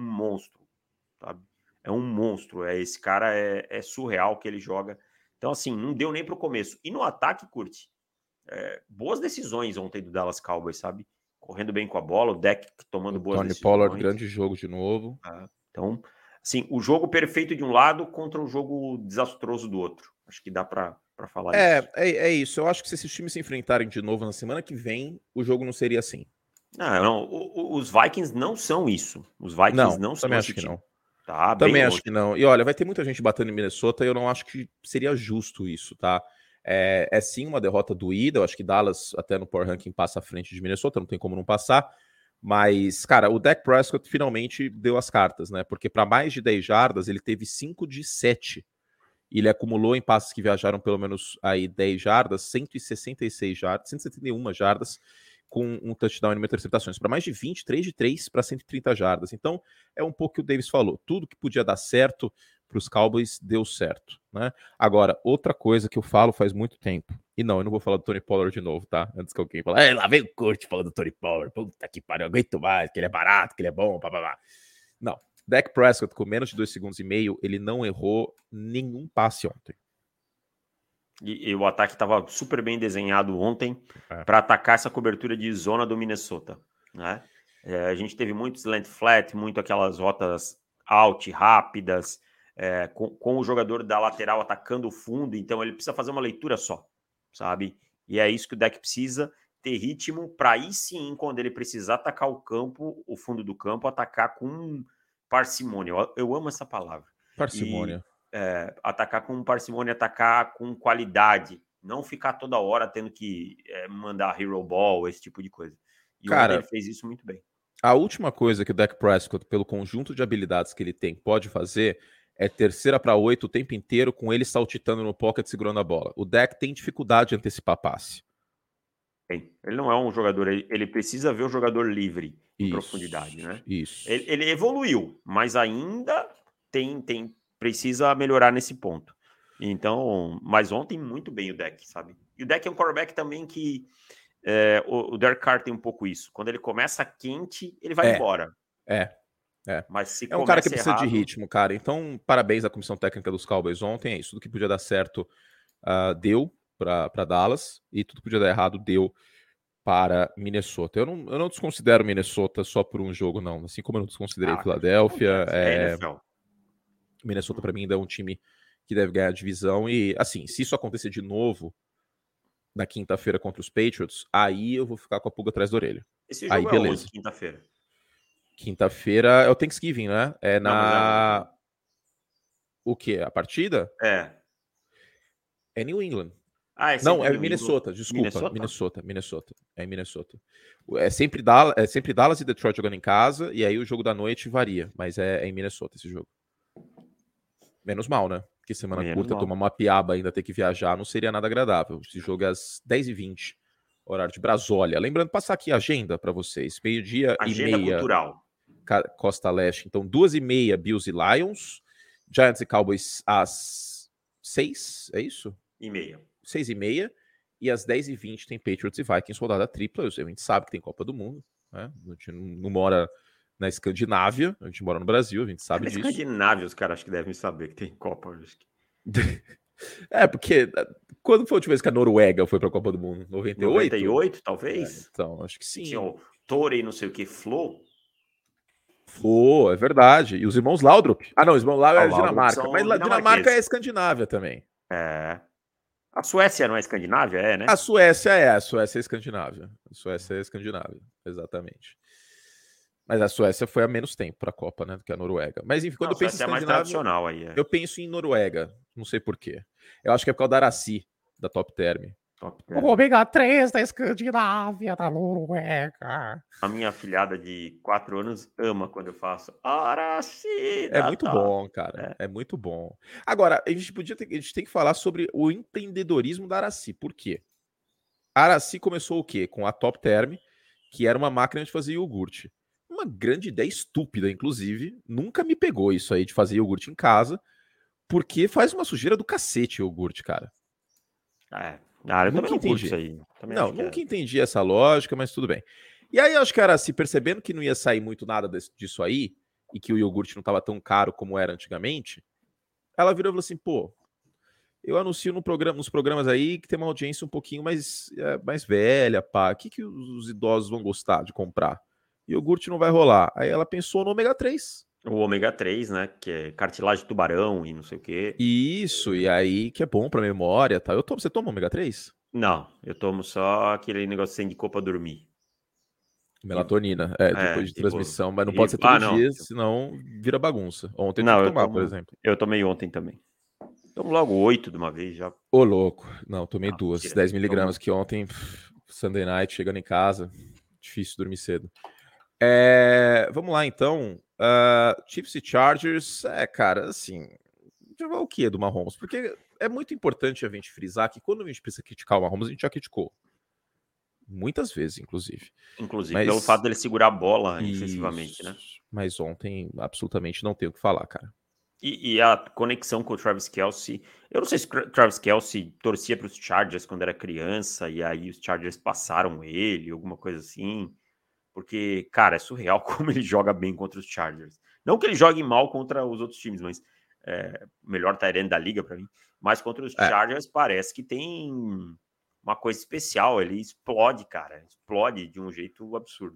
sabe? É um monstro, esse cara é surreal que ele joga. Então, assim, não deu nem pro começo. E no ataque, Curte, boas decisões ontem do Dallas Cowboys, sabe? Correndo bem com a bola, o Dak tomando boas Tony decisões. Pollard, grande jogo de novo. Então, assim, o jogo perfeito de um lado contra o jogo desastroso do outro. Acho que dá para falar isso. É isso. Eu acho que se esses times se enfrentarem de novo na semana que vem, o jogo não seria assim. Não, os Vikings não são isso. Os Vikings não são também esse acho que time. não. Tá, também acho que não. E olha, vai ter muita gente batendo em Minnesota e eu não acho que seria justo isso, tá? É sim uma derrota doída. Eu acho que Dallas, até no Power Ranking, passa à frente de Minnesota, não tem como não passar. Mas, cara, o Dak Prescott finalmente deu as cartas, né? Porque para mais de 10 jardas, ele teve 5 de 7. E ele acumulou em passes que viajaram pelo menos aí 10 jardas, 166 jardas, 171 jardas, com um touchdown e uma interceptações. Para mais de 20, 3 de 3 para 130 jardas. Então, é um pouco o que o Davis falou. Tudo que podia dar certo para os Cowboys deu certo, né? Agora, outra coisa que eu falo faz muito tempo. E não, eu não vou falar do Tony Pollard de novo, tá? Antes que alguém fale, lá vem o Kurt falando do Tony Pollard. Puta que pariu, eu aguento mais, que ele é barato, que ele é bom, papapá. Não. Dak Prescott, com menos de 2 segundos e meio, ele não errou nenhum passe ontem. E o ataque estava super bem desenhado ontem para atacar essa cobertura de zona do Minnesota, né? A gente teve muito slant flat, muito aquelas rotas out, rápidas, com o jogador da lateral atacando o fundo, então ele precisa fazer uma leitura só, sabe? E é isso que o Dak precisa, ter ritmo para aí sim, quando ele precisar atacar o campo, o fundo do campo, atacar com parcimônia. Eu amo essa palavra. Parcimônia. Atacar com parcimônia, atacar com qualidade, não ficar toda hora tendo que mandar hero ball, esse tipo de coisa. E cara, ontem ele fez isso muito bem. A última coisa que o Dak Prescott, pelo conjunto de habilidades que ele tem, pode fazer é 3ª para 8 o tempo inteiro com ele saltitando no pocket segurando a bola. O Dak tem dificuldade de antecipar passe. Ele não é um jogador, ele precisa ver o jogador livre em profundidade, né? Isso. Ele evoluiu, mas ainda precisa melhorar nesse ponto. Então, mas ontem muito bem o Dak, sabe? E o Dak é um quarterback também que o Derek Carr tem um pouco isso. Quando ele começa quente, ele vai embora. Mas se é um cara que precisa errado... de ritmo, cara. Então, parabéns à comissão técnica dos Cowboys ontem. É isso. Tudo que podia dar certo deu para Dallas e tudo que podia dar errado deu para Minnesota. Eu não desconsidero Minnesota só por um jogo, não. Assim como eu não desconsiderei Filadélfia. Minnesota, para mim, ainda é um time que deve ganhar a divisão. E, assim, se isso acontecer de novo na quinta-feira contra os Patriots, aí eu vou ficar com a pulga atrás da orelha. Esse jogo aí, beleza. Quinta-feira? Quinta-feira é o Thanksgiving, né? O quê? A partida? É New England. Não, é Minnesota, desculpa. Minnesota. É em Minnesota. É sempre Dallas e Detroit jogando em casa, e aí o jogo da noite varia, mas é em Minnesota esse jogo. Menos mal, né? Porque semana curta, tomar uma piaba ainda ter que viajar não seria nada agradável. Esse jogo é às 10h20, horário de Brasólia. Lembrando, passar aqui a agenda para vocês. Meio-dia e meia. Agenda cultural. Costa Leste. Então, 2h30, Bills e Lions. Giants e Cowboys às 6, é isso? 6h30. E às 10h20 tem Patriots e Vikings, rodada tripla. A gente sabe que tem Copa do Mundo, né? A gente não mora na Escandinávia, a gente mora no Brasil, a gente sabe disso. Na Escandinávia, os caras acho que devem saber que tem Copa. Porque quando foi a última vez que a Noruega foi para a Copa do Mundo? 98? 98, talvez? Então, acho que sim. Tinha o Torey, não sei o que, Flo, é verdade. E os irmãos Laudrup. Não, os irmãos Laudrup é Dinamarca. Mas Dinamarca é Escandinávia também. A Suécia não é Escandinávia, né? A Suécia é Escandinávia. A Suécia é Escandinávia, exatamente. Mas a Suécia foi há menos tempo para a Copa, né, do que a Noruega. Mas enfim, quando eu penso em Escandinávia, mais tradicional aí. Eu penso em Noruega. Não sei porquê. Eu acho que é por causa da Araci, da Top Term. O ômega 3 da Escandinávia, da Noruega. A minha afilhada de 4 anos ama quando eu faço Araci. É muito bom, cara. É muito bom. Agora, a gente tem que falar sobre o empreendedorismo da Araci. Por quê? Araci começou o quê? Com a Top Term, que era uma máquina de fazer iogurte. Uma grande ideia estúpida, inclusive. Nunca me pegou isso aí de fazer iogurte em casa, porque faz uma sujeira do cacete iogurte, cara. Eu também Nunca não curto entendi. isso aí. Também Não, acho que nunca entendi essa lógica, mas tudo bem. E aí, acho que a Araci, percebendo que não ia sair muito nada disso aí, e que o iogurte não estava tão caro como era antigamente, ela virou e falou assim, pô, eu anuncio nos programas aí que tem uma audiência um pouquinho mais velha, pá. O que os idosos vão gostar de comprar? Iogurte não vai rolar. Aí ela pensou no ômega 3. o ômega 3, né? Que é cartilagem de tubarão e não sei o quê. Isso, e aí que é bom pra memória, tá? Você toma ômega 3? Não, eu tomo só aquele negócio sem de cor pra dormir. Melatonina, depois de transmissão, mas não pode ser todo Não. dia, senão vira bagunça. Ontem eu tive Não, que tomar, por exemplo. eu tomei ontem também. Tomo logo 8 de uma vez já. Ô, louco. Não, tomei duas, Mentira. 10 miligramas, que ontem, Sunday night, chegando em casa, difícil dormir cedo. Vamos lá, então. Chiefs e Chargers, cara, assim, já vai o que do Mahomes? Porque é muito importante a gente frisar que quando a gente precisa criticar o Mahomes, a gente já criticou. Muitas vezes, inclusive. Inclusive, pelo fato dele segurar a bola excessivamente, né? Mas ontem, absolutamente não tenho o que falar, cara. E a conexão com o Travis Kelce. Eu não sei se o Travis Kelce torcia para os Chargers quando era criança, e aí os Chargers passaram ele, alguma coisa assim. Porque, cara, é surreal como ele joga bem contra os Chargers. Não que ele jogue mal contra os outros times, mas melhor tight end da liga para mim. Mas contra os Chargers parece que tem uma coisa especial. Ele explode, cara. Explode de um jeito absurdo.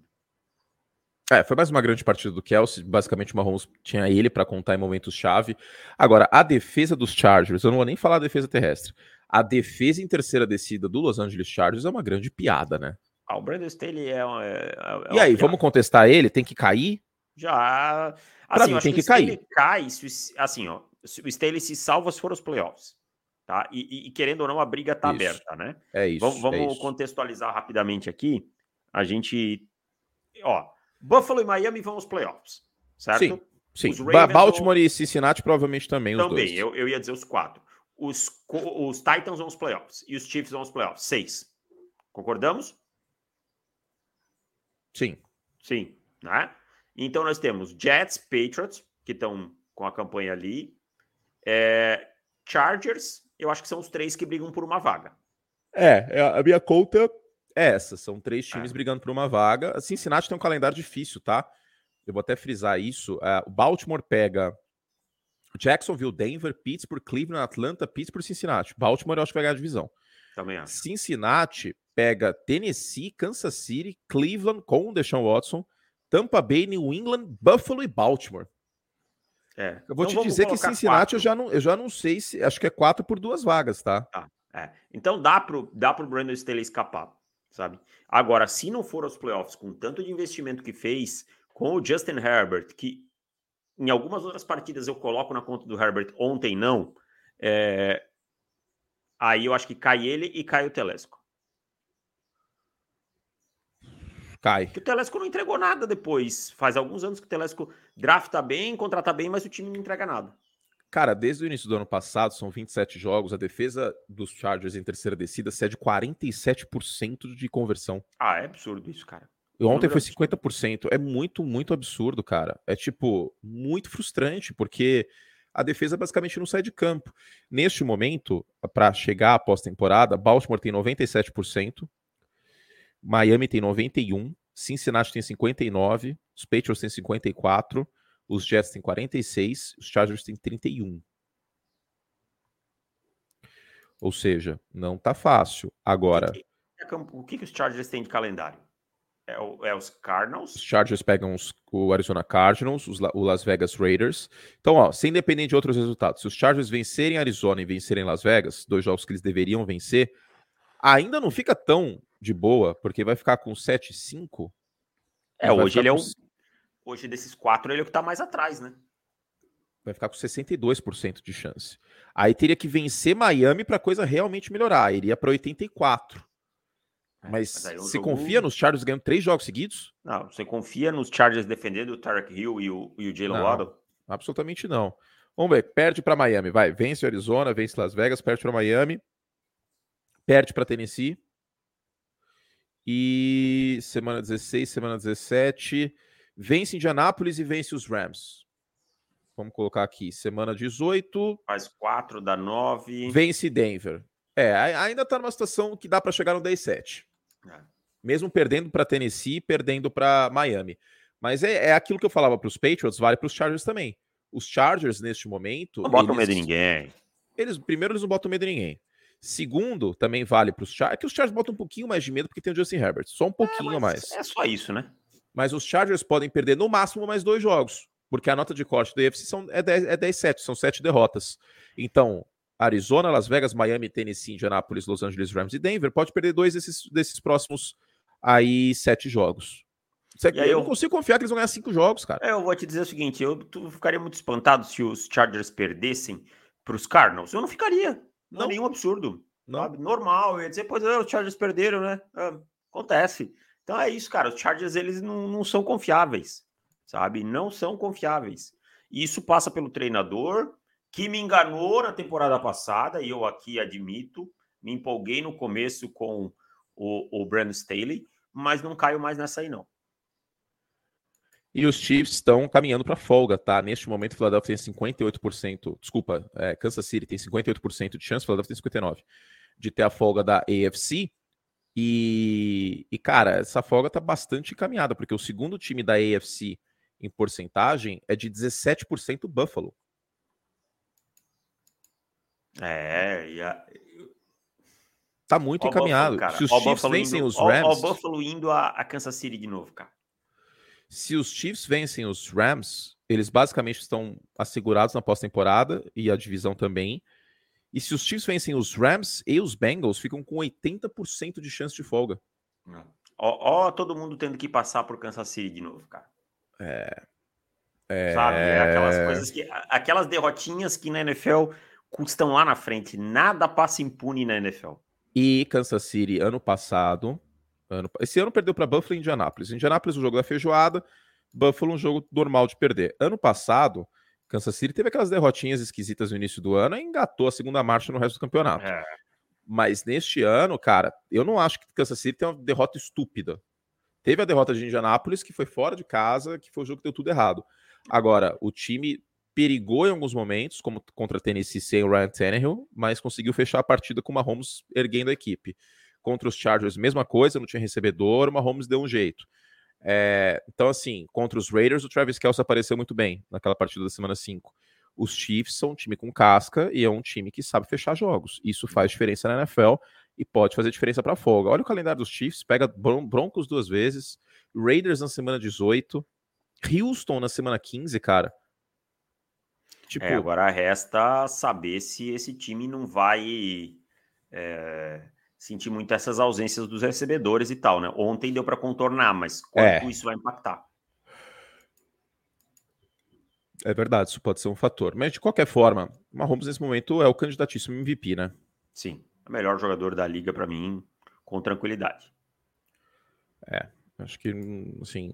Foi mais uma grande partida do Kelce. Basicamente, o Mahomes tinha ele para contar em momentos-chave. Agora, a defesa dos Chargers, eu não vou nem falar a defesa terrestre. A defesa em terceira descida do Los Angeles Chargers é uma grande piada, né? O Brandon Staley é e aí, vamos contestar ele? Tem que cair? Já. Pra mim, tem que cair. Cai, assim, ó. O Staley se salva se for os playoffs. Tá? E querendo ou não, a briga tá aberta, né? É isso. Vamos contextualizar rapidamente aqui. A gente. Buffalo e Miami vão aos playoffs, certo? Sim. Baltimore e Cincinnati provavelmente também, os dois. Também, eu ia dizer os 4. Os Titans vão aos playoffs e os Chiefs vão aos playoffs. 6. Concordamos? Sim. Sim, né? Então nós temos Jets, Patriots, que estão com a campanha ali. Chargers, eu acho que são os 3 que brigam por uma vaga. A minha conta é essa. São 3 times brigando por uma vaga. A Cincinnati tem um calendário difícil, tá? Eu vou até frisar isso. O Baltimore pega Jacksonville, Denver, Pittsburgh, Cleveland, Atlanta, Pittsburgh e Cincinnati. Baltimore eu acho que vai ganhar a divisão. Também acho. Cincinnati pega Tennessee, Kansas City, Cleveland com o Deshaun Watson, Tampa Bay, New England, Buffalo e Baltimore. Eu vou te dizer que Cincinnati eu já não sei se... Acho que é 4 por 2 vagas, tá? Então dá pro Brandon Staley escapar, sabe? Agora, se não for aos playoffs com tanto de investimento que fez, com o Justin Herbert, que em algumas outras partidas eu coloco na conta do Herbert, ontem não, aí eu acho que cai ele e cai o Telesco. Cai. Porque o Telesco não entregou nada depois. Faz alguns anos que o Telesco drafta bem, contrata bem, mas o time não entrega nada. Cara, desde o início do ano passado, são 27 jogos, a defesa dos Chargers em terceira descida cede 47% de conversão. É absurdo isso, cara. Ontem foi 50%. É muito, muito absurdo, cara. É, muito frustrante, porque a defesa basicamente não sai de campo. Neste momento, para chegar à pós-temporada, Baltimore tem 97%, Miami tem 91%, Cincinnati tem 59%, os Patriots têm 54%, os Jets têm 46%, os Chargers têm 31%. Ou seja, não tá fácil. Agora... O que os Chargers têm de calendário? Os Cardinals? Os Chargers pegam o Arizona Cardinals, o Las Vegas Raiders. Então, sem depender de outros resultados, se os Chargers vencerem Arizona e vencerem Las Vegas, 2 jogos que eles deveriam vencer, ainda não fica tão de boa, porque vai ficar com 7-5. Hoje ele hoje desses 4 ele é o que tá mais atrás, né? Vai ficar com 62% de chance. Aí teria que vencer Miami para a coisa realmente melhorar. Iria para 84%. Mas você confia nos Chargers ganhando 3 jogos seguidos? Não, você confia nos Chargers defendendo o Tarek Hill e o Jalen Waddle? Absolutamente não. Vamos ver, perde para Miami, vai. Vence o Arizona, vence Las Vegas, perde para Miami, perde para Tennessee. E semana 16, semana 17, vence Indianápolis e vence os Rams. Vamos colocar aqui, semana 18. Faz 4, dá 9. Vence Denver. Ainda tá numa situação que dá para chegar no 10-7. Mesmo perdendo para Tennessee, perdendo para Miami. Mas é aquilo que eu falava para os Patriots, vale para os Chargers também. Os Chargers, neste momento... Não botam medo em ninguém. Primeiro, eles não botam medo em ninguém. Segundo, também vale para os Chargers. É que os Chargers botam um pouquinho mais de medo porque tem o Justin Herbert. Só um pouquinho mais. É só isso, né? Mas os Chargers podem perder no máximo mais 2 jogos. Porque a nota de corte do AFC é 10-7. São 7 derrotas. Então, Arizona, Las Vegas, Miami, Tennessee, Indianapolis, Los Angeles, Rams e Denver pode perder 2 desses próximos aí 7 jogos. Eu não consigo confiar que eles vão ganhar 5 jogos, cara. Eu vou te dizer o seguinte, eu ficaria muito espantado se os Chargers perdessem para os Cardinals. Eu não ficaria. Não é nenhum absurdo. Não. Sabe? Normal. Eu ia dizer, pois os Chargers perderam, né? Acontece. Então é isso, cara. Os Chargers, eles não são confiáveis. Sabe? Não são confiáveis. E isso passa pelo treinador, que me enganou na temporada passada, e eu aqui admito, me empolguei no começo com o Brandon Staley, mas não caio mais nessa aí, não. E os Chiefs estão caminhando para folga, tá? Neste momento, o Philadelphia tem 58%. Desculpa, Kansas City tem 58% de chance, o Philadelphia tem 59% de ter a folga da AFC. E, cara, essa folga tá bastante encaminhada, porque o segundo time da AFC em porcentagem é de 17% Buffalo. Tá muito encaminhado. Buffalo, se os Chiefs vencem os Rams... o Buffalo indo a Kansas City de novo, cara. Se os Chiefs vencem os Rams, eles basicamente estão assegurados na pós-temporada e a divisão também. E se os Chiefs vencem os Rams e os Bengals, ficam com 80% de chance de folga. Todo mundo tendo que passar por Kansas City de novo, cara. Sabe? Aquelas coisas aquelas derrotinhas que na NFL custam lá na frente. Nada passa impune na NFL. E Kansas City, ano passado... Esse ano perdeu para Buffalo e Indianapolis. Indianapolis, o jogo da feijoada. Buffalo, um jogo normal de perder. Ano passado, Kansas City teve aquelas derrotinhas esquisitas no início do ano e engatou a segunda marcha no resto do campeonato. Mas neste ano, cara, eu não acho que Kansas City tem uma derrota estúpida. Teve a derrota de Indianapolis, que foi fora de casa, que foi o jogo que deu tudo errado. Agora, o time perigou em alguns momentos, como contra a Tennessee sem o Ryan Tannehill, mas conseguiu fechar a partida com o Mahomes erguendo a equipe. Contra os Chargers, mesma coisa, não tinha recebedor, o Mahomes deu um jeito. Então, assim, contra os Raiders, o Travis Kelce apareceu muito bem naquela partida da semana 5. Os Chiefs são um time com casca e é um time que sabe fechar jogos. Isso faz diferença na NFL e pode fazer diferença para folga. Olha o calendário dos Chiefs, pega Broncos 2 vezes, Raiders na semana 18, Houston na semana 15, cara. Agora resta saber se esse time não vai... sentir muito essas ausências dos recebedores e tal, né? Ontem deu para contornar, mas quanto isso vai impactar? É verdade, isso pode ser um fator. Mas, de qualquer forma, o Mahomes, nesse momento, é o candidatíssimo MVP, né? Sim, o melhor jogador da liga para mim, com tranquilidade. Acho que, assim...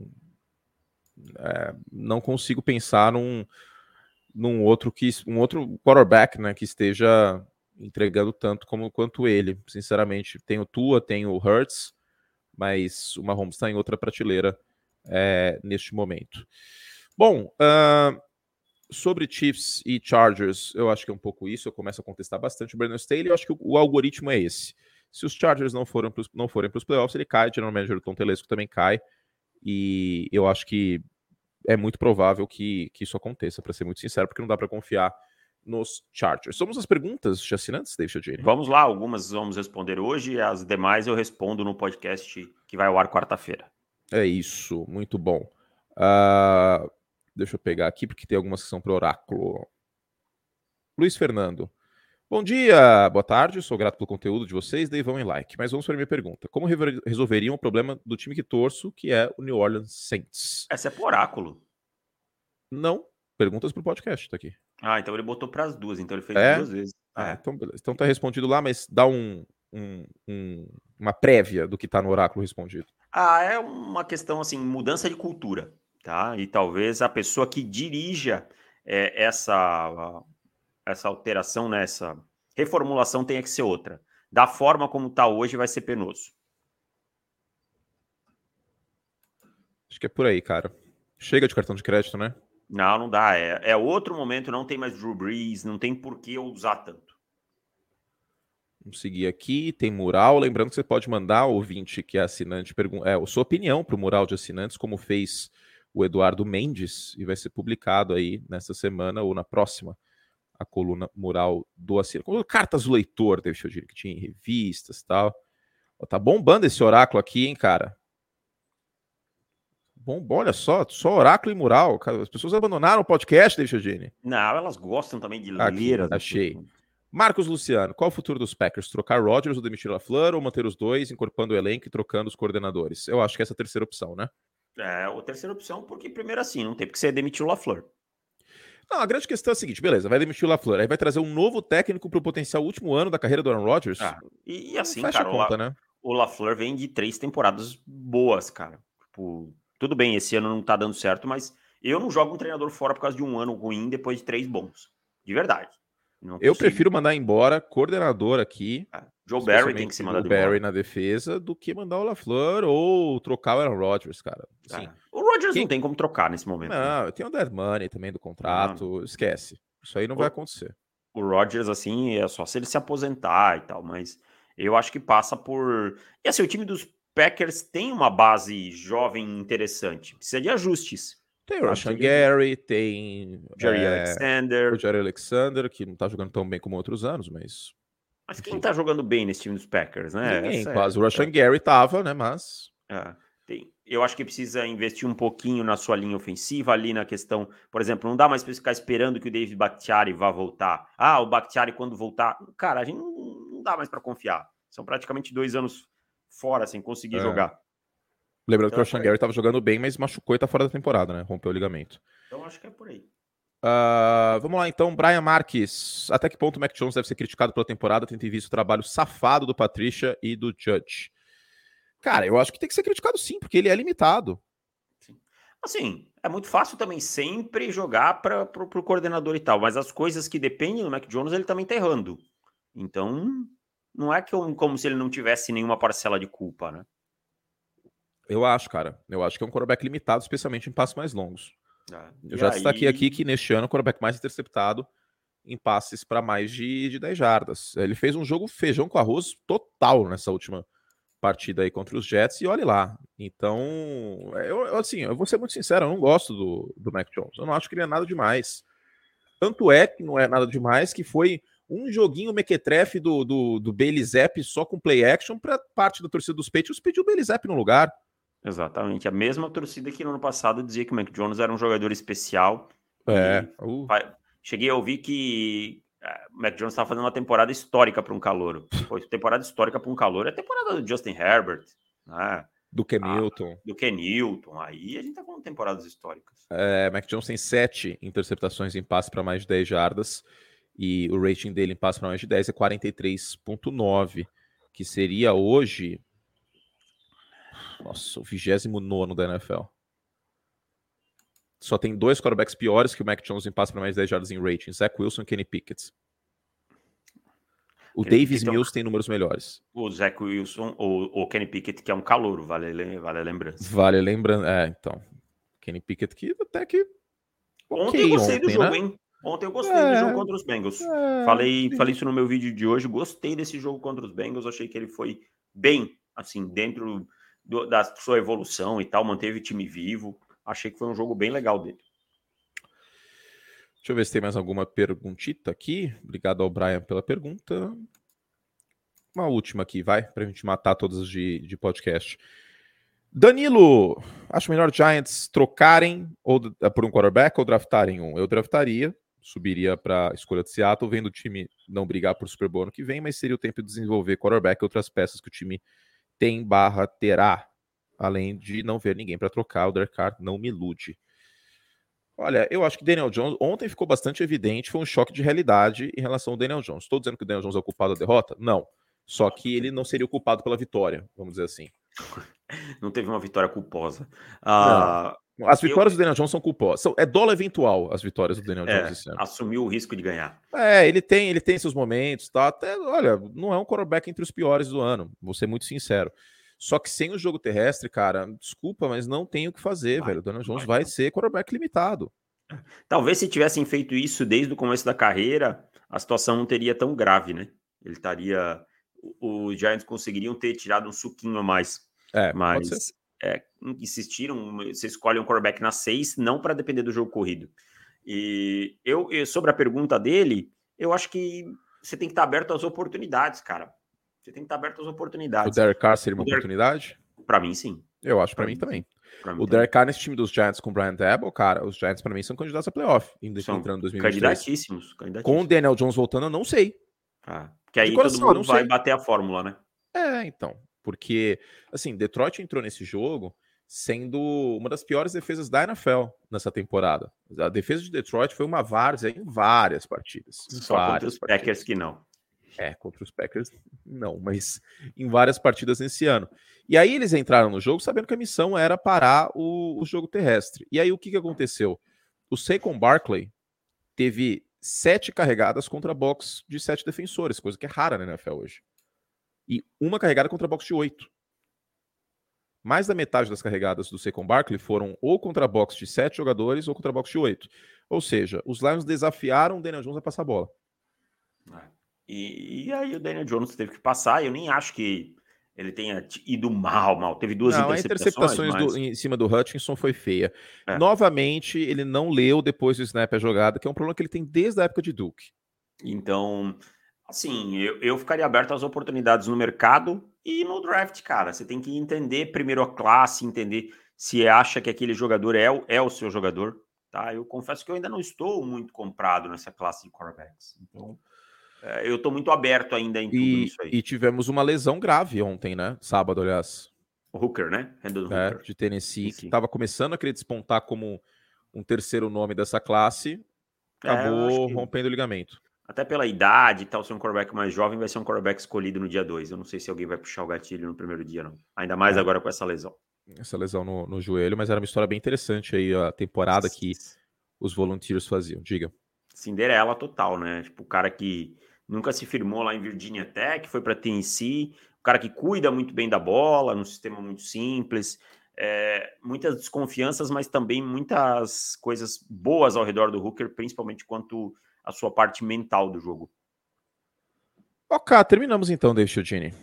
não consigo pensar num outro quarterback, né, que esteja entregando tanto quanto ele. Sinceramente, tem o Tua, tem o Hurts, mas o Mahomes está em outra prateleira neste momento. Bom, sobre Chiefs e Chargers, eu acho que é um pouco isso. Eu começo a contestar bastante o Brandon Staley. Eu acho que o algoritmo é esse. Se os Chargers não forem para os playoffs, ele cai. O general manager do Tom Telesco também cai. E eu acho que é muito provável que isso aconteça, para ser muito sincero, porque não dá para confiar nos Chargers. Somos as perguntas de assinantes, David Jane? Vamos lá, algumas vamos responder hoje, as demais eu respondo no podcast que vai ao ar quarta-feira. É isso, muito bom. Deixa eu pegar aqui, porque tem algumas que são para o oráculo. Luiz Fernando. Bom dia, boa tarde, sou grato pelo conteúdo de vocês, daí vão em like. Mas vamos para a minha pergunta. Como resolveriam o problema do time que torço, que é o New Orleans Saints? Essa é pro oráculo. Não, perguntas pro podcast, tá aqui. Então ele botou para as duas, então ele fez 2 vezes. Então beleza. Então tá respondido lá, mas dá uma prévia do que tá no oráculo respondido. É uma questão, assim, mudança de cultura, tá? E talvez a pessoa que dirija essa alteração, né, essa reformulação tenha que ser outra. Da forma como tá hoje vai ser penoso. que é por aí, cara. Chega de cartão de crédito, né? Não dá. É outro momento, não tem mais Drew Brees, não tem por que eu usar tanto. Vamos seguir aqui, tem mural. Lembrando que você pode mandar, ouvinte que é assinante, a sua opinião para o mural de assinantes, como fez o Eduardo Mendes, e vai ser publicado aí nessa semana ou na próxima, a coluna mural do assinante. Com cartas do leitor, deixa eu dizer, que tinha em revistas e tal. Tá bombando esse oráculo aqui, hein, cara? Bom, olha só oráculo e mural. As pessoas abandonaram o podcast, David Chiodini. Não, elas gostam também de Aqui, ler. achei. Marcos Luciano, qual o futuro dos Packers? Trocar Rodgers ou demitir LaFleur ou manter os dois, incorporando o elenco e trocando os coordenadores? Eu acho que essa é a terceira opção, né? É, a terceira opção, porque primeiro assim, não tem porque você demitir o LaFleur. Não, a grande questão é a seguinte, beleza, vai demitir o LaFleur, aí vai trazer um novo técnico para o potencial último ano da carreira do Aaron Rodgers? E assim, fecha cara, a conta, né? O LaFleur vem de 3 temporadas boas, cara. Tipo, tudo bem, esse ano não tá dando certo, mas eu não jogo um treinador fora por causa de um ano ruim depois de 3 bons. De verdade. Eu prefiro mandar embora coordenador aqui. Joe Barry tem que ser mandado embora. Barry na defesa do que mandar o LaFleur ou trocar o Aaron Rodgers, cara. Assim, o Rodgers não tem como trocar nesse momento. Não, tem o dead money também do contrato. Esquece. Isso aí não vai acontecer. O Rodgers, assim, é só se ele se aposentar e tal, mas eu acho que passa por... E assim, o time dos Packers tem uma base jovem interessante. Precisa de ajustes. Tem o Rashan Gary, tem o Jerry Alexander, que não tá jogando tão bem como outros anos, mas... Mas quem tá jogando bem nesse time dos Packers, né? Ninguém, quase. O Rashan Gary tava, né, mas... Eu acho que precisa investir um pouquinho na sua linha ofensiva, ali na questão... Por exemplo, não dá mais pra ficar esperando que o David Bakhtiari vá voltar. O Bakhtiari quando voltar... Cara, a gente não dá mais pra confiar. São praticamente 2 anos fora, sem conseguir jogar. Lembrando que o Rashan Gary estava jogando bem, mas machucou e tá fora da temporada, né? Rompeu o ligamento. Então acho que é por aí. Vamos lá, então. Brian Marques. Até que ponto o Mac Jones deve ser criticado pela temporada, tendo visto o trabalho safado do Patricia e do Judge? Cara, eu acho que tem que ser criticado sim, porque ele é limitado. Sim. Assim, é muito fácil também sempre jogar para o coordenador e tal, mas as coisas que dependem do Mac Jones, ele também tá errando. Então, não é como se ele não tivesse nenhuma parcela de culpa, né? Eu acho, cara. Eu acho que é um quarterback limitado, especialmente em passos mais longos. Eu já destaquei aqui que neste ano o quarterback mais interceptado em passes para mais de 10 jardas. Ele fez um jogo feijão com arroz total nessa última partida aí contra os Jets e olhe lá. Então, eu vou ser muito sincero, eu não gosto do Mac Jones. Eu não acho que ele é nada demais. Tanto é que não é nada demais que foi um joguinho mequetrefe do Bailey Zapp só com play action para parte da torcida dos Patriots pediu o Bailey Zapp no lugar. Exatamente. A mesma torcida que no ano passado dizia que o Mac Jones era um jogador especial. Cheguei a ouvir que o Mac Jones estava fazendo uma temporada histórica para um calouro. Pô, temporada histórica para um calouro é a temporada do Justin Herbert, né? Do Ken Newton. Do Ken Newton. Aí a gente tá falando de temporadas históricas. Mac Jones tem 7 interceptações em passe para mais de 10 jardas. E o rating dele em passe para mais de 10 é 43,9. Que seria hoje... Nossa, o 29º da NFL. Só tem 2 quarterbacks piores que o Mac Jones em passe para mais de 10 jardas em rating. Zach Wilson e Kenny Pickett. O Davis Mills tem números melhores. O Zach Wilson, ou o Kenny Pickett, que é um calouro, vale a lembrança. Vale a lembrança. Então. Kenny Pickett que até que... Ontem eu gostei do jogo, né? Hein? Ontem eu gostei do jogo contra os Bengals. Falei isso no meu vídeo de hoje. Gostei desse jogo contra os Bengals. Achei que ele foi bem, assim, dentro da sua evolução e tal. Manteve o time vivo. Achei que foi um jogo bem legal dele. Deixa eu ver se tem mais alguma perguntita aqui. Obrigado ao Brian pela pergunta. Uma última aqui, vai, pra gente matar todas de podcast. Danilo, acho melhor Giants trocarem por um quarterback ou draftarem um? Eu draftaria, subiria para escolha de Seattle, vendo o time não brigar por Super Bowl ano que vem, mas seria o tempo de desenvolver quarterback e outras peças que o time terá, além de não ver ninguém para trocar. O Derek Carr não me ilude. Olha, eu acho que Daniel Jones, ontem ficou bastante evidente, foi um choque de realidade em relação ao Daniel Jones. Estou dizendo que o Daniel Jones é o culpado da derrota? Não. Só que ele não seria o culpado pela vitória, vamos dizer assim. Não teve uma vitória culposa. As vitórias do Daniel Jones são culposas. É dolo eventual as vitórias do Daniel Jones esse ano. Assumiu o risco de ganhar. Ele tem seus momentos, tá? Até, olha, não é um quarterback entre os piores do ano, vou ser muito sincero. Só que sem o jogo terrestre, cara, desculpa, mas não tem o que fazer, velho. O Daniel Jones vai ser quarterback limitado. Talvez se tivessem feito isso desde o começo da carreira, a situação não teria tão grave, né? Ele estaria... Os Giants conseguiriam ter tirado um suquinho a mais. Mas insistiram, você escolhe um quarterback na 6, não para depender do jogo corrido. E sobre a pergunta dele, eu acho que você tem que estar aberto às oportunidades, cara. Você tem que estar aberto às oportunidades. O Derek Carr seria uma oportunidade? Para mim, sim. Eu acho para mim também. O Derek Carr nesse time dos Giants com o Brian Daboll, cara, os Giants para mim são candidatos a playoff entrando em 2023. Candidatíssimos. Com o Daniel Jones voltando, eu não sei. Porque aí todo mundo vai bater a fórmula, né? Então. Porque, assim, Detroit entrou nesse jogo sendo uma das piores defesas da NFL nessa temporada. A defesa de Detroit foi uma várzea em várias partidas. Só contra os Packers que não. Contra os Packers não, mas em várias partidas nesse ano. E aí eles entraram no jogo sabendo que a missão era parar o jogo terrestre. E aí o que aconteceu? O Saquon Barkley teve 7 carregadas contra box de 7 defensores, coisa que é rara na NFL hoje. E uma carregada contra box de 8. Mais da metade das carregadas do Saquon Barkley foram ou contra box de 7 jogadores ou contra box de 8. Ou seja, os Lions desafiaram o Daniel Jones a passar a bola. E aí o Daniel Jones teve que passar, e eu nem acho que ele tenha ido mal. Teve 2 interceptações. Mas... em cima do Hutchinson foi feia. Novamente, ele não leu depois do snap a jogada, que é um problema que ele tem desde a época de Duke. Então, assim, eu ficaria aberto às oportunidades no mercado e no draft, cara. Você tem que entender primeiro a classe, entender se acha que aquele jogador é o seu jogador, tá? Eu confesso que eu ainda não estou muito comprado nessa classe de quarterbacks. Então... eu tô muito aberto ainda em tudo isso aí. E tivemos uma lesão grave ontem, né? Sábado, aliás. O Hooker, né? Hooker. De Tennessee, que estava começando a querer despontar como um terceiro nome dessa classe, acabou rompendo o ligamento. Até pela idade e tal, ser um quarterback mais jovem, vai ser um quarterback escolhido no dia 2. Eu não sei se alguém vai puxar o gatilho no primeiro dia, não. Ainda mais agora com essa lesão. Essa lesão no joelho, mas era uma história bem interessante aí, a temporada que os Volunteers faziam. Diga. Cinderela total, né? Tipo, o cara que nunca se firmou lá em Virginia Tech, foi para Tennessee, o cara que cuida muito bem da bola, num sistema muito simples, muitas desconfianças, mas também muitas coisas boas ao redor do Hooker, principalmente quanto à sua parte mental do jogo. Ok, terminamos então, Dave Chiodini.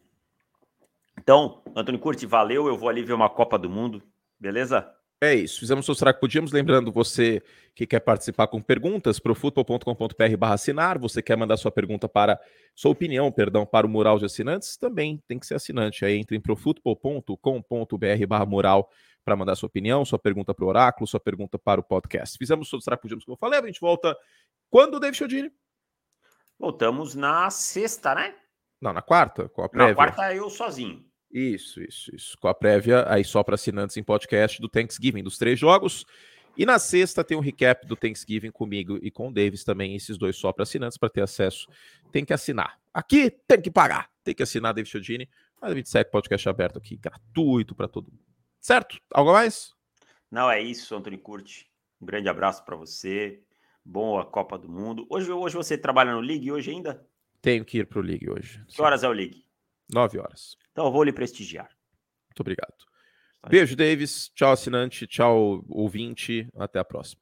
Então, Antônio Curti, valeu, eu vou ali ver uma Copa do Mundo, beleza? É isso, fizemos o que podíamos. Lembrando, você que quer participar com perguntas para o futebol.com.br/assinar, você quer mandar sua opinião para o mural de assinantes, também tem que ser assinante. Aí entre em profutbol.com.br/mural para mandar sua opinião, sua pergunta para o Oráculo, sua pergunta para o podcast. Fizemos o que podíamos, como eu falei, a gente volta quando, David Chiodini? Voltamos na sexta, né? Não, na quarta, com a prévia. Na quarta eu sozinho. Isso. Com a prévia aí só para assinantes em podcast do Thanksgiving, dos 3 jogos. E na sexta tem um recap do Thanksgiving comigo e com o Davis também, esses 2 só para assinantes. Para ter acesso, tem que assinar. Aqui tem que pagar, tem que assinar, David Chiodini. Mas a gente segue podcast aberto aqui, gratuito para todo mundo. Certo? Algo mais? Não, é isso, Antônio Curti. Um grande abraço para você. Boa Copa do Mundo. Hoje você trabalha no League hoje ainda? Tenho que ir pro League hoje. Que horas é o League? 9 horas. Então eu vou lhe prestigiar. Muito obrigado. Beijo, Davis. Tchau, assinante. Tchau, ouvinte. Até a próxima.